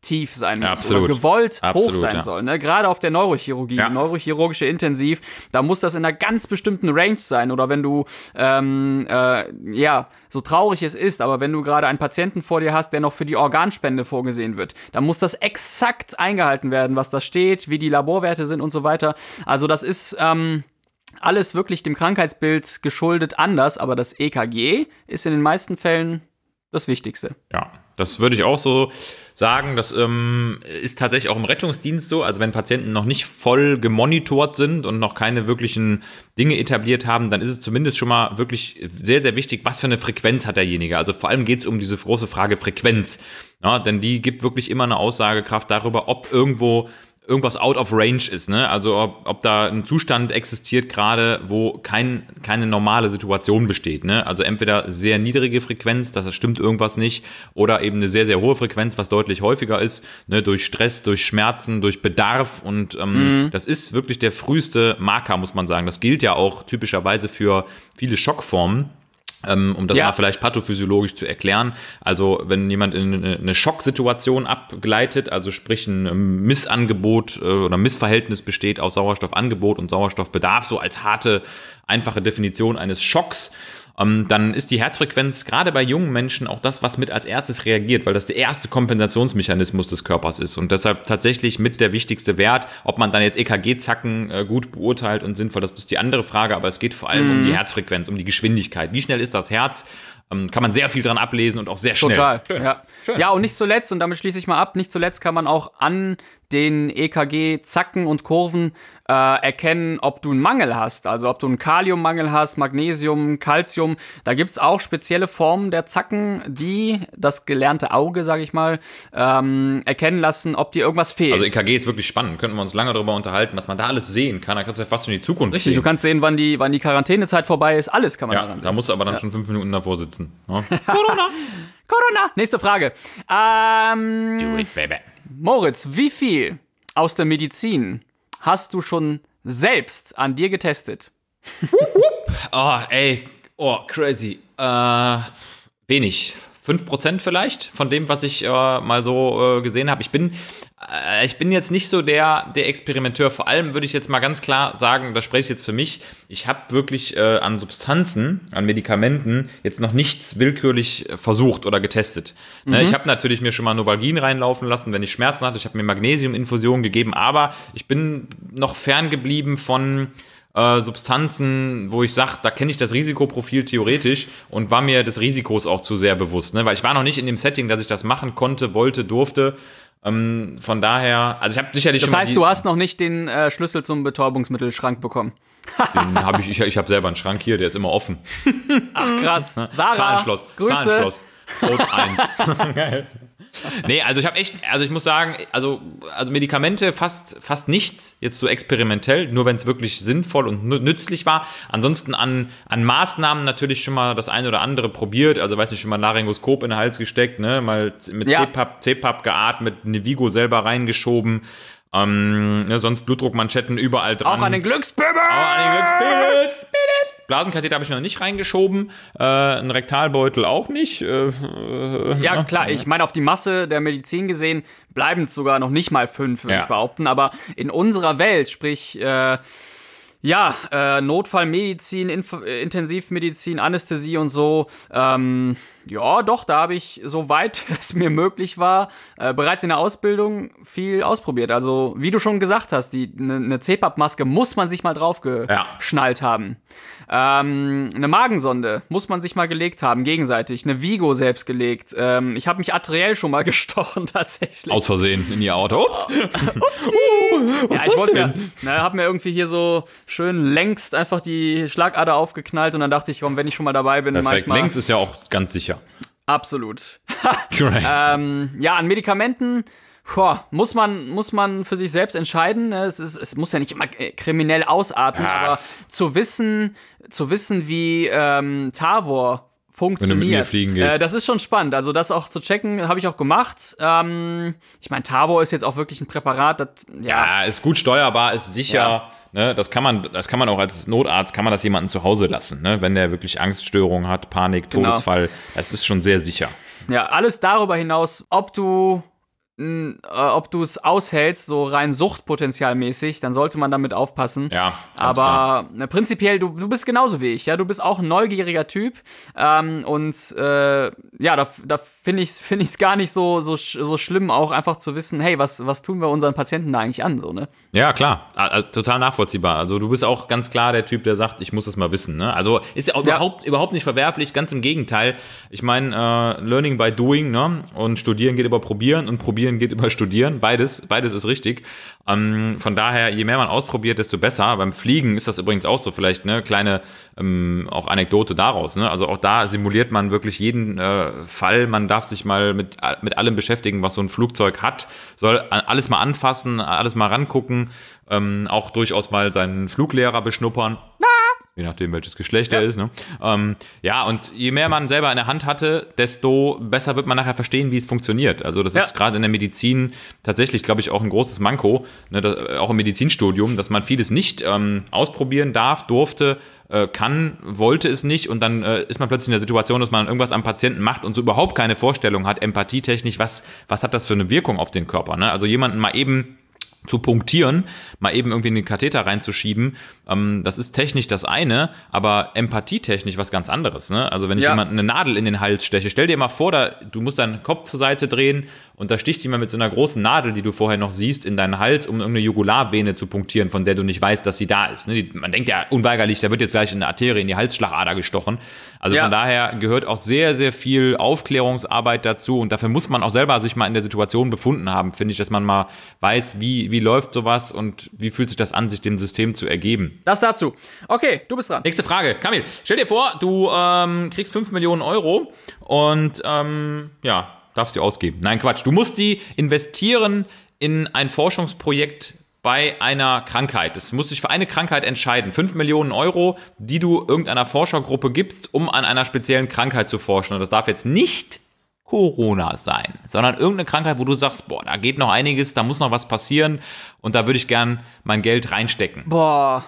tief sein muss ja, absolut. oder gewollt absolut, hoch sein ja. soll. Ne? Gerade auf der Neurochirurgie, Ja. neurochirurgische Intensiv, da muss das in einer ganz bestimmten Range sein. Oder wenn du, ähm, äh, ja, so traurig es ist, aber wenn du gerade einen Patienten vor dir hast, der noch für die Organspende vorgesehen wird, dann muss das exakt eingehalten werden, was da steht, wie die Laborwerte sind und so weiter. Also das ist ähm, alles wirklich dem Krankheitsbild geschuldet anders, aber das E K G ist in den meisten Fällen das Wichtigste. Ja, das würde ich auch so sagen. Das ähm, ist tatsächlich auch im Rettungsdienst so. Also wenn Patienten noch nicht voll gemonitort sind und noch keine wirklichen Dinge etabliert haben, dann ist es zumindest schon mal wirklich sehr, sehr wichtig, was für eine Frequenz hat derjenige. Also vor allem geht es um diese große Frage Frequenz. Ja, denn die gibt wirklich immer eine Aussagekraft darüber, ob irgendwo irgendwas out of range ist, ne? Also ob, ob da ein Zustand existiert gerade, wo kein, keine normale Situation besteht, ne? Also entweder sehr niedrige Frequenz, das stimmt irgendwas nicht, oder eben eine sehr, sehr hohe Frequenz, was deutlich häufiger ist, ne? Durch Stress, durch Schmerzen, durch Bedarf und ähm, mhm. das ist wirklich der früheste Marker, muss man sagen. Das gilt ja auch typischerweise für viele Schockformen. Um das ja. mal vielleicht pathophysiologisch zu erklären. Also wenn jemand in eine Schocksituation abgleitet, also sprich ein Missangebot oder Missverhältnis besteht aus Sauerstoffangebot und Sauerstoffbedarf, so als harte, einfache Definition eines Schocks, dann ist die Herzfrequenz gerade bei jungen Menschen auch das, was mit als erstes reagiert, weil das der erste Kompensationsmechanismus des Körpers ist und deshalb tatsächlich mit der wichtigste Wert. Ob man dann jetzt E K G-Zacken gut beurteilt und sinnvoll, das ist die andere Frage, aber es geht vor allem mhm. um die Herzfrequenz, um die Geschwindigkeit. Wie schnell ist das Herz? Kann man sehr viel dran ablesen und auch sehr schnell. Total, Schön. Ja. Schön. Ja, und nicht zuletzt, und damit schließe ich mal ab, nicht zuletzt kann man auch an den E K G-Zacken und Kurven äh, erkennen, ob du einen Mangel hast. Also ob du einen Kaliummangel hast, Magnesium, Calcium. Da gibt's auch spezielle Formen der Zacken, die das gelernte Auge, sage ich mal, ähm, erkennen lassen, ob dir irgendwas fehlt. Also E K G ist wirklich spannend. Könnten wir uns lange darüber unterhalten, was man da alles sehen kann. Da kannst du ja fast schon in die Zukunft Richtig, sehen. du kannst sehen, wann die, wann die Quarantänezeit vorbei ist. Alles kann man ja, daran sehen. Da musst du aber dann ja. schon fünf Minuten davor sitzen. Ja? Corona! Corona! Nächste Frage. Ähm, Do it, baby. Moritz, wie viel aus der Medizin hast du schon selbst an dir getestet? Oh, ey. Oh, crazy. Äh, wenig. fünf Prozent vielleicht von dem, was ich äh, mal so äh, gesehen habe. Ich bin, äh, ich bin jetzt nicht so der, der Experimenteur. Vor allem würde ich jetzt mal ganz klar sagen, da spreche ich jetzt für mich, ich habe wirklich äh, an Substanzen, an Medikamenten jetzt noch nichts willkürlich versucht oder getestet. Mhm. Ne, ich habe natürlich mir schon mal Novalgin reinlaufen lassen, wenn ich Schmerzen hatte. Ich habe mir Magnesiuminfusionen gegeben, aber ich bin noch ferngeblieben von Äh, Substanzen, wo ich sage, da kenne ich das Risikoprofil theoretisch und war mir des Risikos auch zu sehr bewusst, ne? Weil ich war noch nicht in dem Setting, dass ich das machen konnte, wollte, durfte. Ähm, von daher, also ich habe sicherlich das schon heißt, die, du hast noch nicht den äh, Schlüssel zum Betäubungsmittelschrank bekommen. Den habe ich, ich, ich habe selber einen Schrank hier, der ist immer offen. Ach krass. Sarah, Zahlenschloss, Grüße. Zahlenschloss. Rot eins. Geil. Nee, also ich habe echt, also ich muss sagen, also, also Medikamente fast, fast nichts, jetzt so experimentell, nur wenn es wirklich sinnvoll und nützlich war. Ansonsten an, an Maßnahmen natürlich schon mal das eine oder andere probiert, also weiß nicht, schon mal Laryngoskop in den Hals gesteckt, ne, mal mit ja. C PAP, C PAP geatmet, eine Vigo selber reingeschoben, ähm, ne, sonst Blutdruckmanschetten überall dran. Auch an den Glückspilz! Auch an den Glückspilz! Blasenkatheter habe ich noch nicht reingeschoben, äh, einen Rektalbeutel auch nicht. Äh, äh, ja, klar, ich meine, auf die Masse der Medizin gesehen bleiben es sogar noch nicht mal fünf, würde ja. ich behaupten. Aber in unserer Welt, sprich, äh, ja, äh, Notfallmedizin, Inf- Intensivmedizin, Anästhesie und so, ähm, ja, doch, da habe ich, soweit es mir möglich war, äh, bereits in der Ausbildung viel ausprobiert. Also, wie du schon gesagt hast, die eine ne C PAP-Maske muss man sich mal draufgeschnallt ja. haben. Ähm, eine Magensonde muss man sich mal gelegt haben, gegenseitig. Eine Vigo selbst gelegt. Ähm, ich habe mich arteriell schon mal gestochen, tatsächlich. Aus Versehen in ihr Auto. Ups! Upsi! Uh, ja, ich wollte mir, na, hab mir irgendwie hier so schön längst einfach die Schlagader aufgeknallt und dann dachte ich, komm, wenn ich schon mal dabei bin, Perfekt. manchmal. Längs ist ja auch ganz sicher. Absolut. ähm, ja, an Medikamenten boah, muss man muss man für sich selbst entscheiden. Es, ist, es muss ja nicht immer kriminell ausarten, ja, aber zu wissen, zu wissen, wie ähm, Tavor funktioniert. Wenn du mit mir fliegen gehst. Äh, das ist schon spannend. Also das auch zu checken, habe ich auch gemacht. Ähm, ich meine, Tavor ist jetzt auch wirklich ein Präparat, das ja, ja ist gut steuerbar, ist sicher. Ja. Ne, das kann man, das kann man auch als Notarzt, kann man das jemanden zu Hause lassen, ne? Wenn der wirklich Angststörungen hat, Panik, Todesfall, genau. Das ist schon sehr sicher. Ja, alles darüber hinaus, ob du äh, ob du es aushältst, so rein suchtpotenzialmäßig, dann sollte man damit aufpassen. Ja, aber äh, prinzipiell, du, du bist genauso wie ich, ja, du bist auch ein neugieriger Typ ähm, und äh, ja, da, da finde ich es find ich's gar nicht so, so, so schlimm, auch einfach zu wissen, hey, was, was tun wir unseren Patienten da eigentlich an, so, ne? Ja, klar, also, total nachvollziehbar. Also du bist auch ganz klar der Typ, der sagt, ich muss das mal wissen, ne? Also ist ja, ja. Überhaupt, überhaupt nicht verwerflich, ganz im Gegenteil. Ich meine, äh, Learning by Doing, ne? Und Studieren geht über Probieren und Probieren geht über Studieren. Beides, beides ist richtig. Ähm, von daher, je mehr man ausprobiert, desto besser. Beim Fliegen ist das übrigens auch so, vielleicht eine kleine ähm, auch Anekdote daraus, ne? Also auch da simuliert man wirklich jeden äh, Fall. Man darf sich mal mit, mit allem beschäftigen, was so ein Flugzeug hat. Soll alles mal anfassen, alles mal rangucken. Ähm, auch durchaus mal seinen Fluglehrer beschnuppern. Je nachdem, welches Geschlecht ja. er ist. Ne? Ähm, ja, und je mehr man selber in der Hand hatte, desto besser wird man nachher verstehen, wie es funktioniert. Also das ja. ist gerade in der Medizin tatsächlich, glaube ich, auch ein großes Manko, ne, das, auch im Medizinstudium, dass man vieles nicht ähm, ausprobieren darf, durfte, äh, kann, wollte es nicht und dann äh, ist man plötzlich in der Situation, dass man irgendwas am Patienten macht und so überhaupt keine Vorstellung hat, empathietechnisch, was, was hat das für eine Wirkung auf den Körper. Ne? Also jemanden mal eben zu punktieren, mal eben irgendwie in den Katheter reinzuschieben, ähm, das ist technisch das eine, aber empathietechnisch was ganz anderes. Ne? Also wenn ich ja. jemanden eine Nadel in den Hals steche, stell dir mal vor, da, du musst deinen Kopf zur Seite drehen und da sticht jemand mit so einer großen Nadel, die du vorher noch siehst, in deinen Hals, um irgendeine Jugularvene zu punktieren, von der du nicht weißt, dass sie da ist. Ne? Die, man denkt ja unweigerlich, da wird jetzt gleich eine Arterie in die Halsschlagader gestochen. Also ja. von daher gehört auch sehr, sehr viel Aufklärungsarbeit dazu und dafür muss man auch selber sich mal in der Situation befunden haben, finde ich, dass man mal weiß, wie, wie läuft sowas und wie fühlt sich das an, sich dem System zu ergeben. Das dazu. Okay, du bist dran. Nächste Frage. Kamil, stell dir vor, du ähm, kriegst fünf Millionen Euro und ähm, ja, darfst die ausgeben. Nein, Quatsch. Du musst die investieren in ein Forschungsprojekt bei einer Krankheit. Es muss sich für eine Krankheit entscheiden. fünf Millionen Euro, die du irgendeiner Forschergruppe gibst, um an einer speziellen Krankheit zu forschen. Und das darf jetzt nicht Corona sein, sondern irgendeine Krankheit, wo du sagst, boah, da geht noch einiges, da muss noch was passieren und da würde ich gern mein Geld reinstecken. Boah.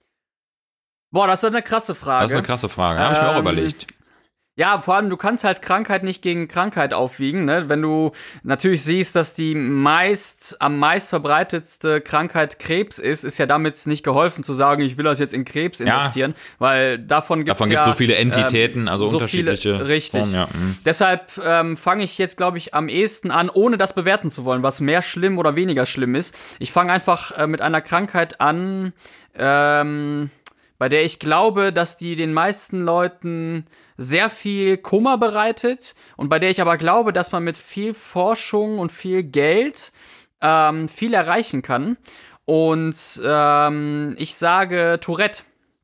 Boah, das ist eine krasse Frage. Das ist eine krasse Frage, ähm, habe ich mir auch überlegt. Ja, vor allem, du kannst halt Krankheit nicht gegen Krankheit aufwiegen, ne? Wenn du natürlich siehst, dass die meist, am meist verbreitetste Krankheit Krebs ist, ist ja damit nicht geholfen zu sagen, ich will das jetzt in Krebs investieren, ja. weil davon gibt's davon ja... Davon gibt es so viele Entitäten, ähm, also so unterschiedliche viele, richtig. Formen, ja. Mhm. Deshalb ähm, fange ich jetzt, glaube ich, am ehesten an, ohne das bewerten zu wollen, was mehr schlimm oder weniger schlimm ist. Ich fange einfach äh, mit einer Krankheit an, ähm... bei der ich glaube, dass die den meisten Leuten sehr viel Kummer bereitet und bei der ich aber glaube, dass man mit viel Forschung und viel Geld ähm, viel erreichen kann. Und ähm, ich sage Tourette.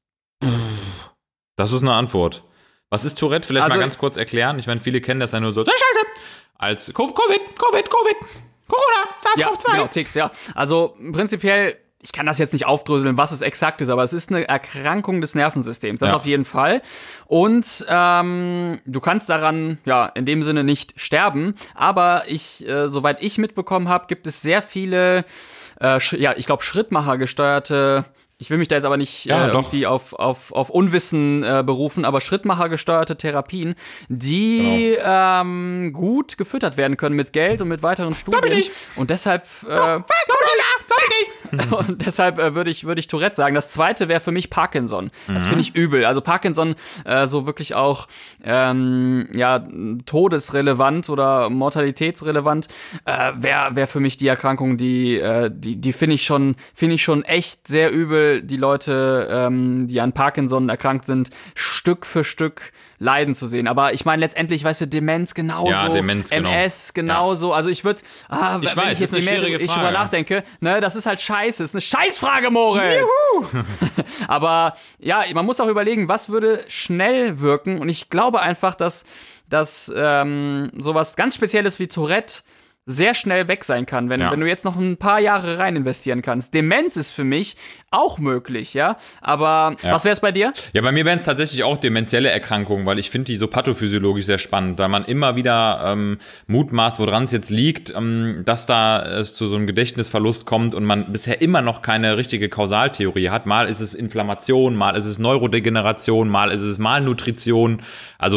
Das ist eine Antwort. Was ist Tourette? Vielleicht also, mal ganz kurz erklären. Ich meine, viele kennen das ja nur so, Scheiße, als Covid, Covid, Covid, Corona, SARS-CoV zwei. Ja, genau, Ticks, ja. Also prinzipiell, ich kann das jetzt nicht aufdröseln, was es exakt ist, aber es ist eine Erkrankung des Nervensystems, das ja. auf jeden Fall. Und ähm, du kannst daran, ja, in dem Sinne nicht sterben, aber ich, äh, soweit ich mitbekommen habe, gibt es sehr viele, äh, sch- ja, ich glaube, Schrittmacher gesteuerte, ich will mich da jetzt aber nicht ja, äh, irgendwie auf, auf, auf Unwissen äh, berufen, aber Schrittmacher gesteuerte Therapien, die genau. ähm, gut gefüttert werden können mit Geld und mit weiteren Studien. Glaub ich nicht. Und deshalb äh, und deshalb äh, würde ich, würde ich Tourette sagen. Das zweite wäre für mich Parkinson. Das mhm. finde ich übel. Also Parkinson äh, so wirklich auch ähm, ja, todesrelevant oder mortalitätsrelevant äh, wäre wär für mich die Erkrankung, die, äh, die, die finde ich schon, finde ich schon echt sehr übel. Die Leute, ähm, die an Parkinson erkrankt sind, Stück für Stück leiden zu sehen. Aber ich meine, letztendlich, weißt du, Demenz genauso, ja, Demenz, M S genau. genauso. Ja. Also ich würde, ah, ich wenn weiß, ich jetzt nicht mehr ich drüber nachdenke, ne, das ist halt scheiße. Das ist eine Scheißfrage, Moritz. Aber ja, man muss auch überlegen, was würde schnell wirken. Und ich glaube einfach, dass, dass ähm, sowas ganz Spezielles wie Tourette sehr schnell weg sein kann, wenn, ja. wenn du jetzt noch ein paar Jahre rein investieren kannst. Demenz ist für mich auch möglich, ja, aber ja. was wäre es bei dir? Ja, bei mir wären es tatsächlich auch demenzielle Erkrankungen, weil ich finde die so pathophysiologisch sehr spannend, weil man immer wieder ähm, mutmaßt, woran es jetzt liegt, ähm, dass da es zu so einem Gedächtnisverlust kommt und man bisher immer noch keine richtige Kausaltheorie hat. Mal ist es Inflammation, mal ist es Neurodegeneration, mal ist es Malnutrition, also so die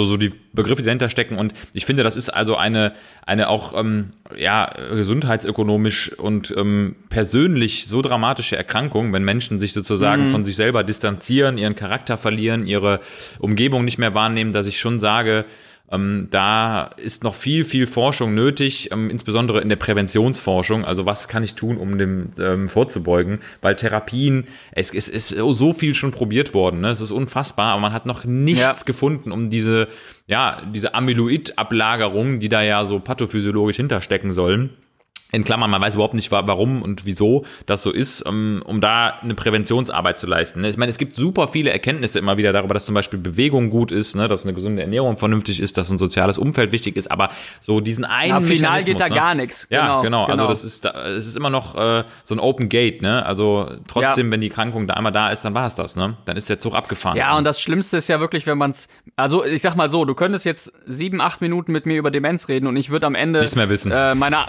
Begriffe, die dahinter stecken. Und ich finde, das ist also eine, eine auch ähm, ja, gesundheitsökonomisch und ähm, persönlich so dramatische Erkrankung, wenn Menschen sich sozusagen mhm. von sich selber distanzieren, ihren Charakter verlieren, ihre Umgebung nicht mehr wahrnehmen, dass ich schon sage, Ähm, da ist noch viel, viel Forschung nötig, ähm, insbesondere in der Präventionsforschung. Also was kann ich tun, um dem ähm, vorzubeugen? Weil Therapien, es, es ist so viel schon probiert worden. Ne? Es ist unfassbar, aber man hat noch nichts ja. gefunden, um diese, ja, diese Amyloid-Ablagerungen, die da ja so pathophysiologisch hinterstecken sollen. In Klammern, man weiß überhaupt nicht, warum und wieso das so ist, um, um da eine Präventionsarbeit zu leisten. Ich meine, es gibt super viele Erkenntnisse immer wieder darüber, dass zum Beispiel Bewegung gut ist, ne, dass eine gesunde Ernährung vernünftig ist, dass ein soziales Umfeld wichtig ist, aber so diesen einen ja, final Mechanismus, geht da ne? gar nichts. Ja, genau, genau. genau. Also das ist, es ist immer noch äh, so ein Open Gate, ne? Also trotzdem, ja. wenn die Krankung da einmal da ist, dann war es das, ne? Dann ist der Zug abgefahren. Ja, und das Schlimmste ist ja wirklich, wenn man es, also ich sag mal so, du könntest jetzt sieben, acht Minuten mit mir über Demenz reden und ich würde am Ende nichts mehr wissen. Äh, meine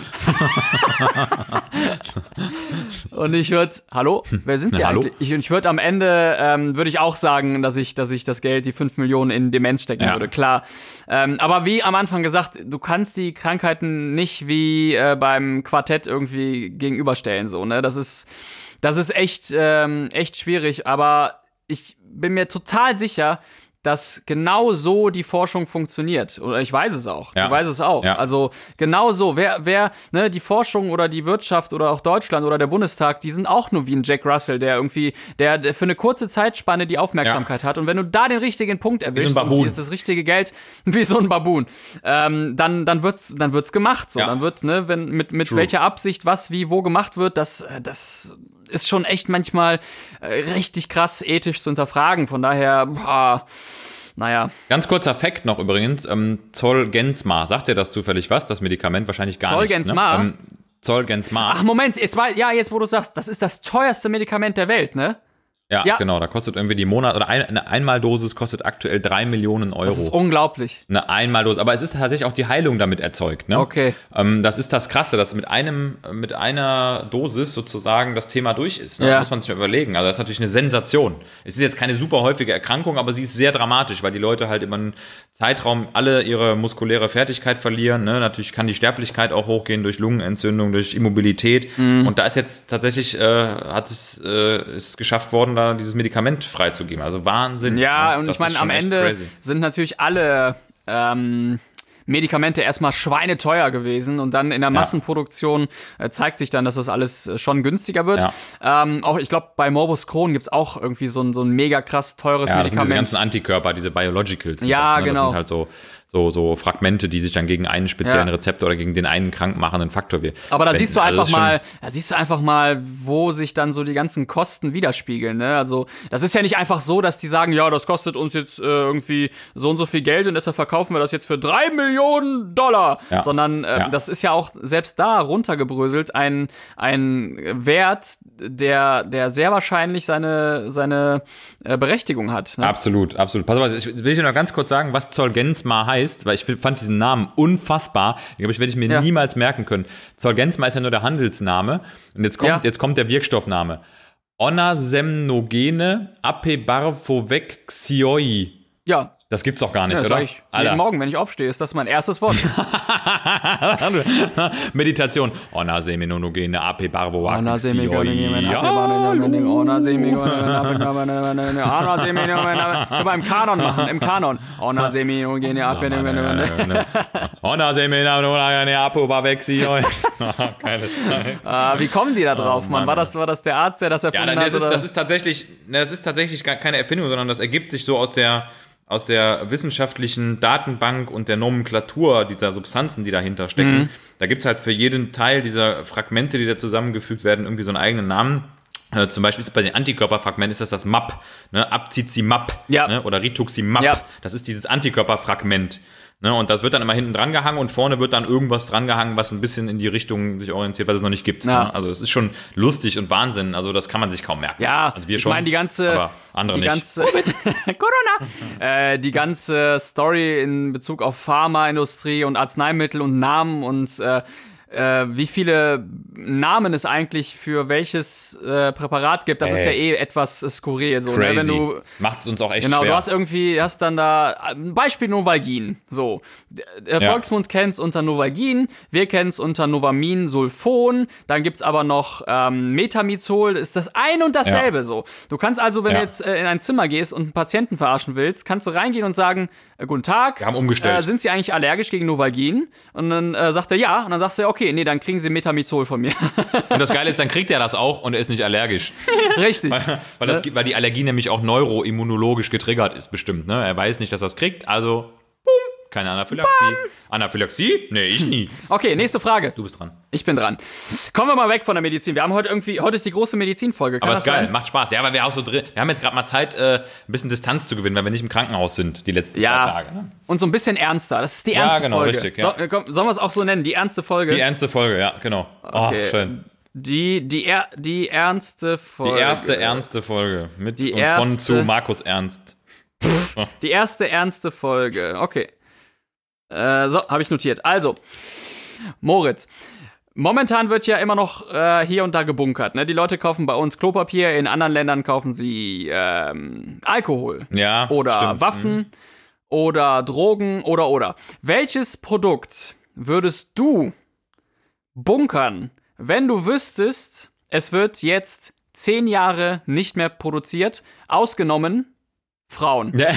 Und ich würde, hallo, wer sind Sie Na, eigentlich? Ich, ich würde am Ende, ähm, würde ich auch sagen, dass ich, dass ich das Geld, die fünf Millionen in Demenz stecken ja. würde, klar. Ähm, aber wie am Anfang gesagt, du kannst die Krankheiten nicht wie äh, beim Quartett irgendwie gegenüberstellen, so, ne? Das ist, das ist echt, ähm, echt schwierig, aber ich bin mir total sicher, dass genau so die Forschung funktioniert. Oder ich weiß es auch. Ja. Ich weiß es auch. Ja. Also genau so. Wer, wer, ne, die Forschung oder die Wirtschaft oder auch Deutschland oder der Bundestag, die sind auch nur wie ein Jack Russell, der irgendwie, der, der für eine kurze Zeitspanne die Aufmerksamkeit ja. hat. Und wenn du da den richtigen Punkt erwischst so und das richtige Geld, wie so ein Babun, ähm, dann, dann wird's, dann wird's gemacht. So, ja. dann wird, ne, wenn, mit, mit welcher Absicht was, wie, wo gemacht wird, das, das ist schon echt manchmal äh, richtig krass ethisch zu hinterfragen. Von daher, boah, naja. Ganz kurzer Fakt noch übrigens, ähm, Zolgensma, sagt dir das zufällig was? Das Medikament wahrscheinlich gar Zolgensma? nichts. Ne? Ähm, Zolgensma. Ach Moment, jetzt, war, ja, jetzt wo du sagst, das ist das teuerste Medikament der Welt, ne? Ja, ja, genau, da kostet irgendwie die Monat, oder ein, eine Einmaldosis kostet aktuell drei Millionen Euro. Das ist unglaublich. Eine Einmaldosis, aber es ist tatsächlich auch die Heilung damit erzeugt, ne? Okay. Ähm, das ist das Krasse, dass mit einem, mit einer Dosis sozusagen das Thema durch ist, ne? Ja. Da muss man sich mal überlegen. Also das ist natürlich eine Sensation. Es ist jetzt keine super häufige Erkrankung, aber sie ist sehr dramatisch, weil die Leute halt über einen Zeitraum alle ihre muskuläre Fertigkeit verlieren, ne? Natürlich kann die Sterblichkeit auch hochgehen durch Lungenentzündung, durch Immobilität. Mhm. Und da ist jetzt tatsächlich, äh, hat es, äh, ist es geschafft worden, da dieses Medikament freizugeben. Also Wahnsinn. Ja, ne? und Das ich meine, am Ende crazy. Sind natürlich alle ähm, Medikamente erstmal schweineteuer gewesen und dann in der Massenproduktion äh, zeigt sich dann, dass das alles schon günstiger wird. Ja. Ähm, auch, ich glaube, bei Morbus Crohn gibt's auch irgendwie so ein, so ein mega krass teures ja, Medikament. Das sind diese ganzen Antikörper, diese Biologicals. Ja, das, ne? genau. Das sind halt so So, so Fragmente, die sich dann gegen einen speziellen ja. Rezeptor oder gegen den einen krankmachenden Faktor wir. Aber da wenden. siehst du einfach also mal, da siehst du einfach mal, wo sich dann so die ganzen Kosten widerspiegeln, ne? Also, das ist ja nicht einfach so, dass die sagen, ja, das kostet uns jetzt äh, irgendwie so und so viel Geld und deshalb verkaufen wir das jetzt für drei Millionen Dollar. Ja. Sondern äh, ja. das ist ja auch selbst da runtergebröselt ein, ein Wert, der, der sehr wahrscheinlich seine, seine äh, Berechtigung hat. Ne? Absolut, absolut. Pass auf, ich will dir noch ganz kurz sagen, was Zolgensma heißt. Weil ich fand diesen Namen unfassbar. Ich glaube, ich werde ich mir ja. niemals merken können. Zolgensma ist ja nur der Handelsname. Und jetzt kommt, ja. jetzt kommt der Wirkstoffname. Onasemnogene apebarvovec-xioi. Ja. Das gibt's doch gar nicht, ja, das oder? Sag ich jeden Morgen, wenn ich aufstehe, ist das mein erstes Wort. Meditation. Onasemnogene apebarvovec-xioi. Können wir im Kanon machen, im Kanon. Onasemnogene apebarvovec-xioi. Onasemnogene apebarvovec-xioi. Wie kommen die da drauf, oh, Mann? War das, war das der Arzt, der das erfunden ja, das hat? Ist, das, ist tatsächlich, das ist tatsächlich gar keine Erfindung, sondern das ergibt sich so aus der aus der wissenschaftlichen Datenbank und der Nomenklatur dieser Substanzen, die dahinter stecken. Mhm. Da gibt's halt für jeden Teil dieser Fragmente, die da zusammengefügt werden, irgendwie so einen eigenen Namen. Äh, zum Beispiel bei den Antikörperfragmenten ist das das M A P, ne? Abcicimab, ja. ne? Oder Rituximab. Ja. Das ist dieses Antikörperfragment. Ne, und das wird dann immer hinten dran gehangen und vorne wird dann irgendwas dran gehangen, was ein bisschen in die Richtung sich orientiert, was es noch nicht gibt. Ja. Ne? Also es ist schon lustig und Wahnsinn. Also das kann man sich kaum merken. Ja, also wir ich schon, meine die ganze, aber andere die nicht. ganze Corona, äh, die ganze Story in Bezug auf Pharmaindustrie und Arzneimittel und Namen und äh, äh, wie viele Namen es eigentlich für welches äh, Präparat gibt. Das Ey. ist ja eh etwas äh, skurril. So, Crazy. ne? Wenn du, Macht es uns auch echt genau, schwer. du hast irgendwie, hast dann da, ein Beispiel Novalgin. So, der Ja. Volksmund kennt es unter Novalgin, wir kennen es unter Novamin, Sulfon, dann gibt's aber noch ähm, Metamizol, ist das ein und dasselbe Ja. so. Du kannst also, wenn Ja. du jetzt äh, in ein Zimmer gehst und einen Patienten verarschen willst, kannst du reingehen und sagen, äh, guten Tag, Wir haben umgestellt. Äh, sind Sie eigentlich allergisch gegen Novalgin? Und dann äh, sagt er ja, und dann sagst du, okay, nee, dann kriegen Sie Metamizol von mir. Und das Geile ist, dann kriegt er das auch und er ist nicht allergisch. Richtig. Weil, das, weil die Allergie nämlich auch neuroimmunologisch getriggert ist, bestimmt. Ne? Er weiß nicht, dass er es kriegt, also boom, keine Anaphylaxie. Anaphylaxie? Nee, ich nie. Okay, nächste Frage. Du bist dran. Ich bin dran. Kommen wir mal weg von der Medizin. Wir haben heute irgendwie, heute ist die große Medizinfolge. Kann Aber das ist geil, sein? macht Spaß. Ja, weil wir auch so drin. Wir haben jetzt gerade mal Zeit, äh, ein bisschen Distanz zu gewinnen, weil wir nicht im Krankenhaus sind, die letzten Ja. zwei Tage. Ne? Und so ein bisschen ernster. Das ist die Ja, ernste genau, Folge. richtig, ja. So, komm, sollen wir es auch so nennen? Die ernste Folge? Die ernste Folge, ja, genau. Okay. Oh, schön. Die, die, er, die ernste Folge. Die erste ernste Folge. Mit Die und erste- von zu Markus Ernst. Die erste ernste Folge. Okay. Äh, so, habe ich notiert. Also, Moritz. Momentan wird ja immer noch äh, hier und da gebunkert. Ne? Die Leute kaufen bei uns Klopapier, in anderen Ländern kaufen sie ähm, Alkohol. Ja, Oder stimmt. Waffen oder Drogen oder oder. Welches Produkt würdest du bunkern, wenn du wüsstest, es wird jetzt zehn Jahre nicht mehr produziert, ausgenommen Frauen? Ja.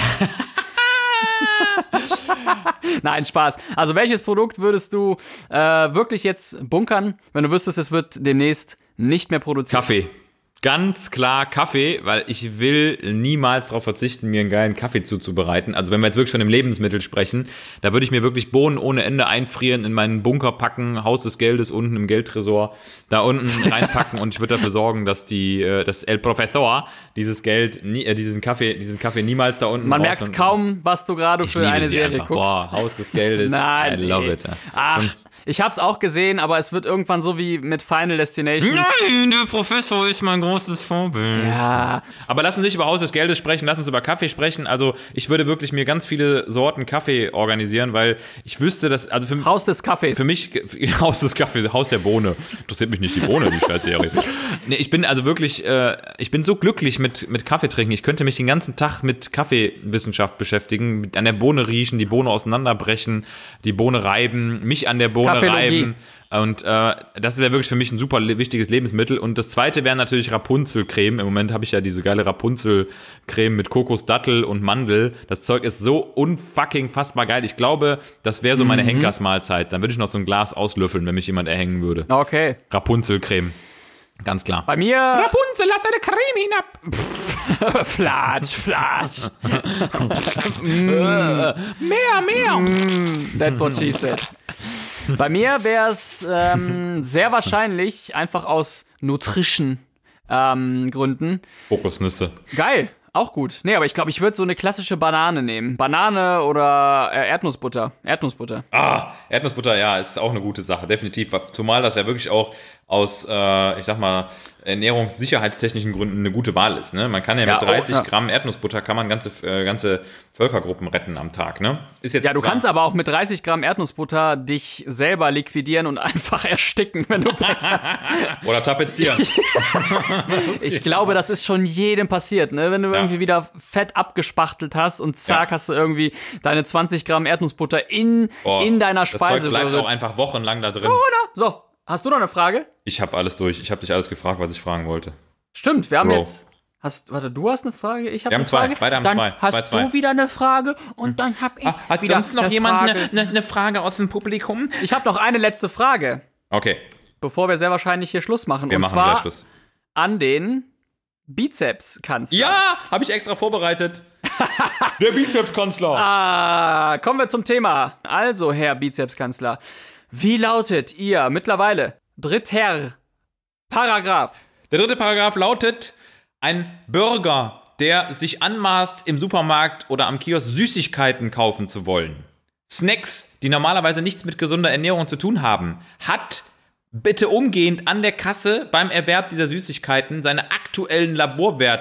Nein, Spaß. Also welches Produkt würdest du äh, wirklich jetzt bunkern, wenn du wüsstest, es wird demnächst nicht mehr produziert? Kaffee. Ganz klar Kaffee, weil ich will niemals darauf verzichten, mir einen geilen Kaffee zuzubereiten. Also wenn wir jetzt wirklich von einem Lebensmittel sprechen, da würde ich mir wirklich Bohnen ohne Ende einfrieren, in meinen Bunker packen, Haus des Geldes unten im Geldtresor, da unten reinpacken und ich würde dafür sorgen, dass die, äh, dass El Professor dieses Geld, nie, äh, diesen Kaffee, diesen Kaffee niemals da unten Man raus- merkt kaum, was du gerade Ich für liebe eine sie Serie einfach. guckst. Boah, Haus des Geldes. Nein, I love nee. it. Ja. Ach, ich hab's auch gesehen, aber es wird irgendwann so wie mit Final Destination. Nein, der Professor ist mein großes Vorbild. Ja, Aber lass uns nicht über Haus des Geldes sprechen, lass uns über Kaffee sprechen. Also ich würde wirklich mir ganz viele Sorten Kaffee organisieren, weil ich wüsste, dass, also für, Haus des Kaffees. für mich, Haus des Kaffees, Haus der Bohne. Interessiert mich nicht die Bohne, die Scheißserie. Nee, ich bin also wirklich, äh, ich bin so glücklich mit, mit Kaffee trinken. Ich könnte mich den ganzen Tag mit Kaffeewissenschaft beschäftigen, mit an der Bohne riechen, die Bohne auseinanderbrechen, die Bohne reiben, mich an der Bohne Kaffeologie. reiben. Und äh, das wäre wirklich für mich ein super le- wichtiges Lebensmittel. Und das zweite wäre natürlich Rapunzelcreme. Im Moment habe ich ja diese geile Rapunzelcreme mit Kokos, Dattel und Mandel. Das Zeug ist so unfucking fassbar geil. Ich glaube, das wäre so meine Henkersmahlzeit. Dann würde ich noch so ein Glas auslöffeln, wenn mich jemand erhängen würde. Okay. Rapunzelcreme. Ganz klar. Bei mir. Rapunzel, lass deine Creme hinab. Flatsch, Flatsch. Mehr, mehr. That's what she said. Bei mir wäre es ähm, sehr wahrscheinlich einfach aus Nutrition ähm, Gründen. Kokosnüsse. Geil, auch gut. Nee, aber ich glaube, ich würde so eine klassische Banane nehmen. Banane oder äh, Erdnussbutter. Erdnussbutter. Ah, Erdnussbutter, ja, ist auch eine gute Sache, definitiv. Zumal das ja wirklich auch aus, äh, ich sag mal, ernährungssicherheitstechnischen Gründen eine gute Wahl ist. Ne? Man kann ja, Ja, mit dreißig auch, ja. Gramm Erdnussbutter kann man ganze, äh, ganze Völkergruppen retten am Tag. Ne? Ist jetzt Ja, du zwar- kannst aber auch mit dreißig Gramm Erdnussbutter dich selber liquidieren und einfach ersticken, wenn du Pech hast. Oder tapezieren. Ich glaube, das ist schon jedem passiert, ne? Wenn du Ja. irgendwie wieder Fett abgespachtelt hast und zack, Ja. hast du irgendwie deine zwanzig Gramm Erdnussbutter in, Boah, in deiner Das Zeug bleibt Speiseröhre. auch einfach wochenlang da drin. So, hast du noch eine Frage? Ich habe alles durch. Ich habe dich alles gefragt, was ich fragen wollte. Stimmt, wir haben Bro. jetzt. Hast, warte, du hast eine Frage, ich habe Wir haben eine zwei, Frage. beide haben dann zwei. hast Zwei, zwei. du wieder eine Frage und dann habe ich Hat wieder sonst noch eine jemand Frage. eine, eine, eine Frage aus dem Publikum? Ich habe noch eine letzte Frage, Okay, bevor wir sehr wahrscheinlich hier Schluss machen. wir und machen zwar gleich Schluss. an den Bizepskanzler. Ja, habe ich extra vorbereitet. Der Bizepskanzler. Ah, kommen wir zum Thema. Also, Herr Bizepskanzler, wie lautet Ihr mittlerweile dritter Paragraph? Der dritte Paragraph lautet, ein Bürger, der sich anmaßt, im Supermarkt oder am Kiosk Süßigkeiten kaufen zu wollen, Snacks, die normalerweise nichts mit gesunder Ernährung zu tun haben, hat bitte umgehend an der Kasse beim Erwerb dieser Süßigkeiten seine aktuellen Laborwerte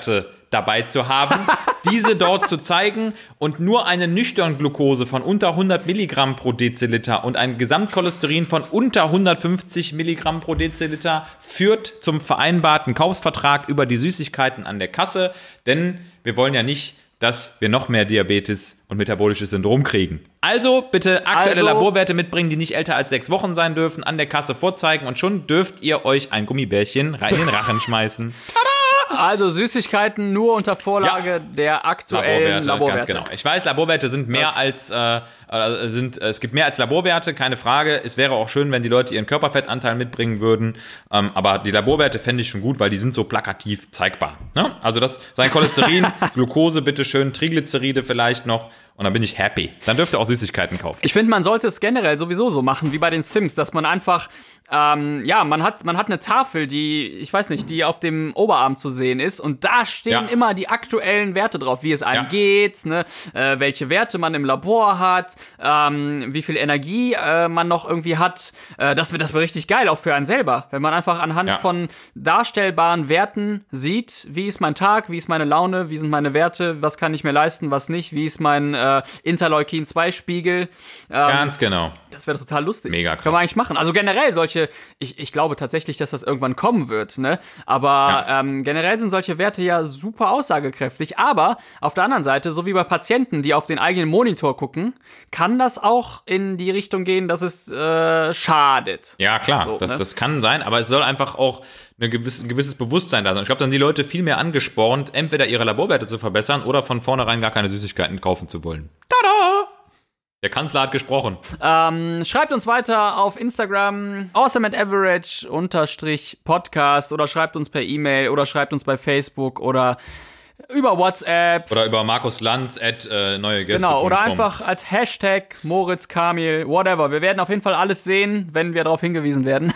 dabei zu haben, diese dort zu zeigen und nur eine Nüchtern-Glucose von unter hundert Milligramm pro Deziliter und ein Gesamtcholesterin von unter hundertfünfzig Milligramm pro Deziliter führt zum vereinbarten Kaufsvertrag über die Süßigkeiten an der Kasse, denn wir wollen ja nicht, dass wir noch mehr Diabetes und metabolisches Syndrom kriegen. Also bitte aktuelle Also, Laborwerte mitbringen, die nicht älter als sechs Wochen sein dürfen, an der Kasse vorzeigen und schon dürft ihr euch ein Gummibärchen rein in den Rachen schmeißen. Also Süßigkeiten nur unter Vorlage Ja. der aktuellen Laborwerte, Laborwerte. ganz genau. Ich weiß, Laborwerte sind mehr Das- als äh, äh, sind äh, es gibt mehr als Laborwerte, keine Frage. Es wäre auch schön, wenn die Leute ihren Körperfettanteil mitbringen würden, ähm, aber die Laborwerte fände ich schon gut, weil die sind so plakativ zeigbar. Ne? Also das sein Cholesterin, Glucose bitteschön, Triglyceride vielleicht noch und dann bin ich happy. Dann dürft ihr auch Süßigkeiten kaufen. Ich finde, man sollte es generell sowieso so machen, wie bei den Sims, dass man einfach, ähm, ja, man hat, man hat eine Tafel, die, ich weiß nicht, die auf dem Oberarm zu sehen ist und da stehen Ja. immer die aktuellen Werte drauf, wie es einem Ja. geht, ne, äh, welche Werte man im Labor hat, ähm, wie viel Energie äh, man noch irgendwie hat. Äh, das wäre das wär richtig geil, auch für einen selber, wenn man einfach anhand Ja. von darstellbaren Werten sieht, wie ist mein Tag, wie ist meine Laune, wie sind meine Werte, was kann ich mir leisten, was nicht, wie ist mein äh, Interleukin zwei Spiegel. Ähm, Ganz genau. das wäre total lustig. Mega krass. Kann man eigentlich machen. Also generell solche, ich, ich glaube tatsächlich, dass das irgendwann kommen wird, ne? Aber Ja. ähm, generell sind solche Werte ja super aussagekräftig. Aber auf der anderen Seite, so wie bei Patienten, die auf den eigenen Monitor gucken, kann das auch in die Richtung gehen, dass es äh, schadet. Ja, klar, So, das, ne? das kann sein, aber es soll einfach auch eine gewisse, ein gewisses Bewusstsein da sein. Ich glaube, dann sind die Leute viel mehr angespornt, entweder ihre Laborwerte zu verbessern oder von vornherein gar keine Süßigkeiten kaufen zu wollen. Tada! Der Kanzler hat gesprochen. Ähm, schreibt uns weiter auf Instagram awesome at average unterstrich Podcast oder schreibt uns per E-Mail oder schreibt uns bei Facebook oder über WhatsApp. Oder über Markus Lanz at äh, neue Gäste. Genau, oder einfach als Hashtag Moritz Kamil, whatever. Wir werden auf jeden Fall alles sehen, wenn wir darauf hingewiesen werden.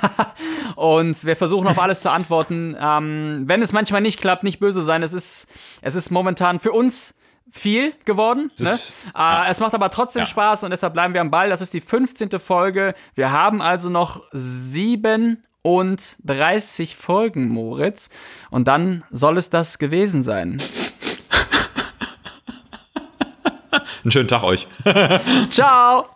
Und wir versuchen auf alles zu antworten. Ähm, wenn es manchmal nicht klappt, nicht böse sein. Es ist, es ist momentan für uns viel geworden. Es Ne? ist- Äh, ja. Es macht aber trotzdem Ja. Spaß und deshalb bleiben wir am Ball. Das ist die fünfzehnte Folge. Wir haben also noch siebenunddreißig Folgen, Moritz. Und dann soll es das gewesen sein. Einen schönen Tag euch. Ciao!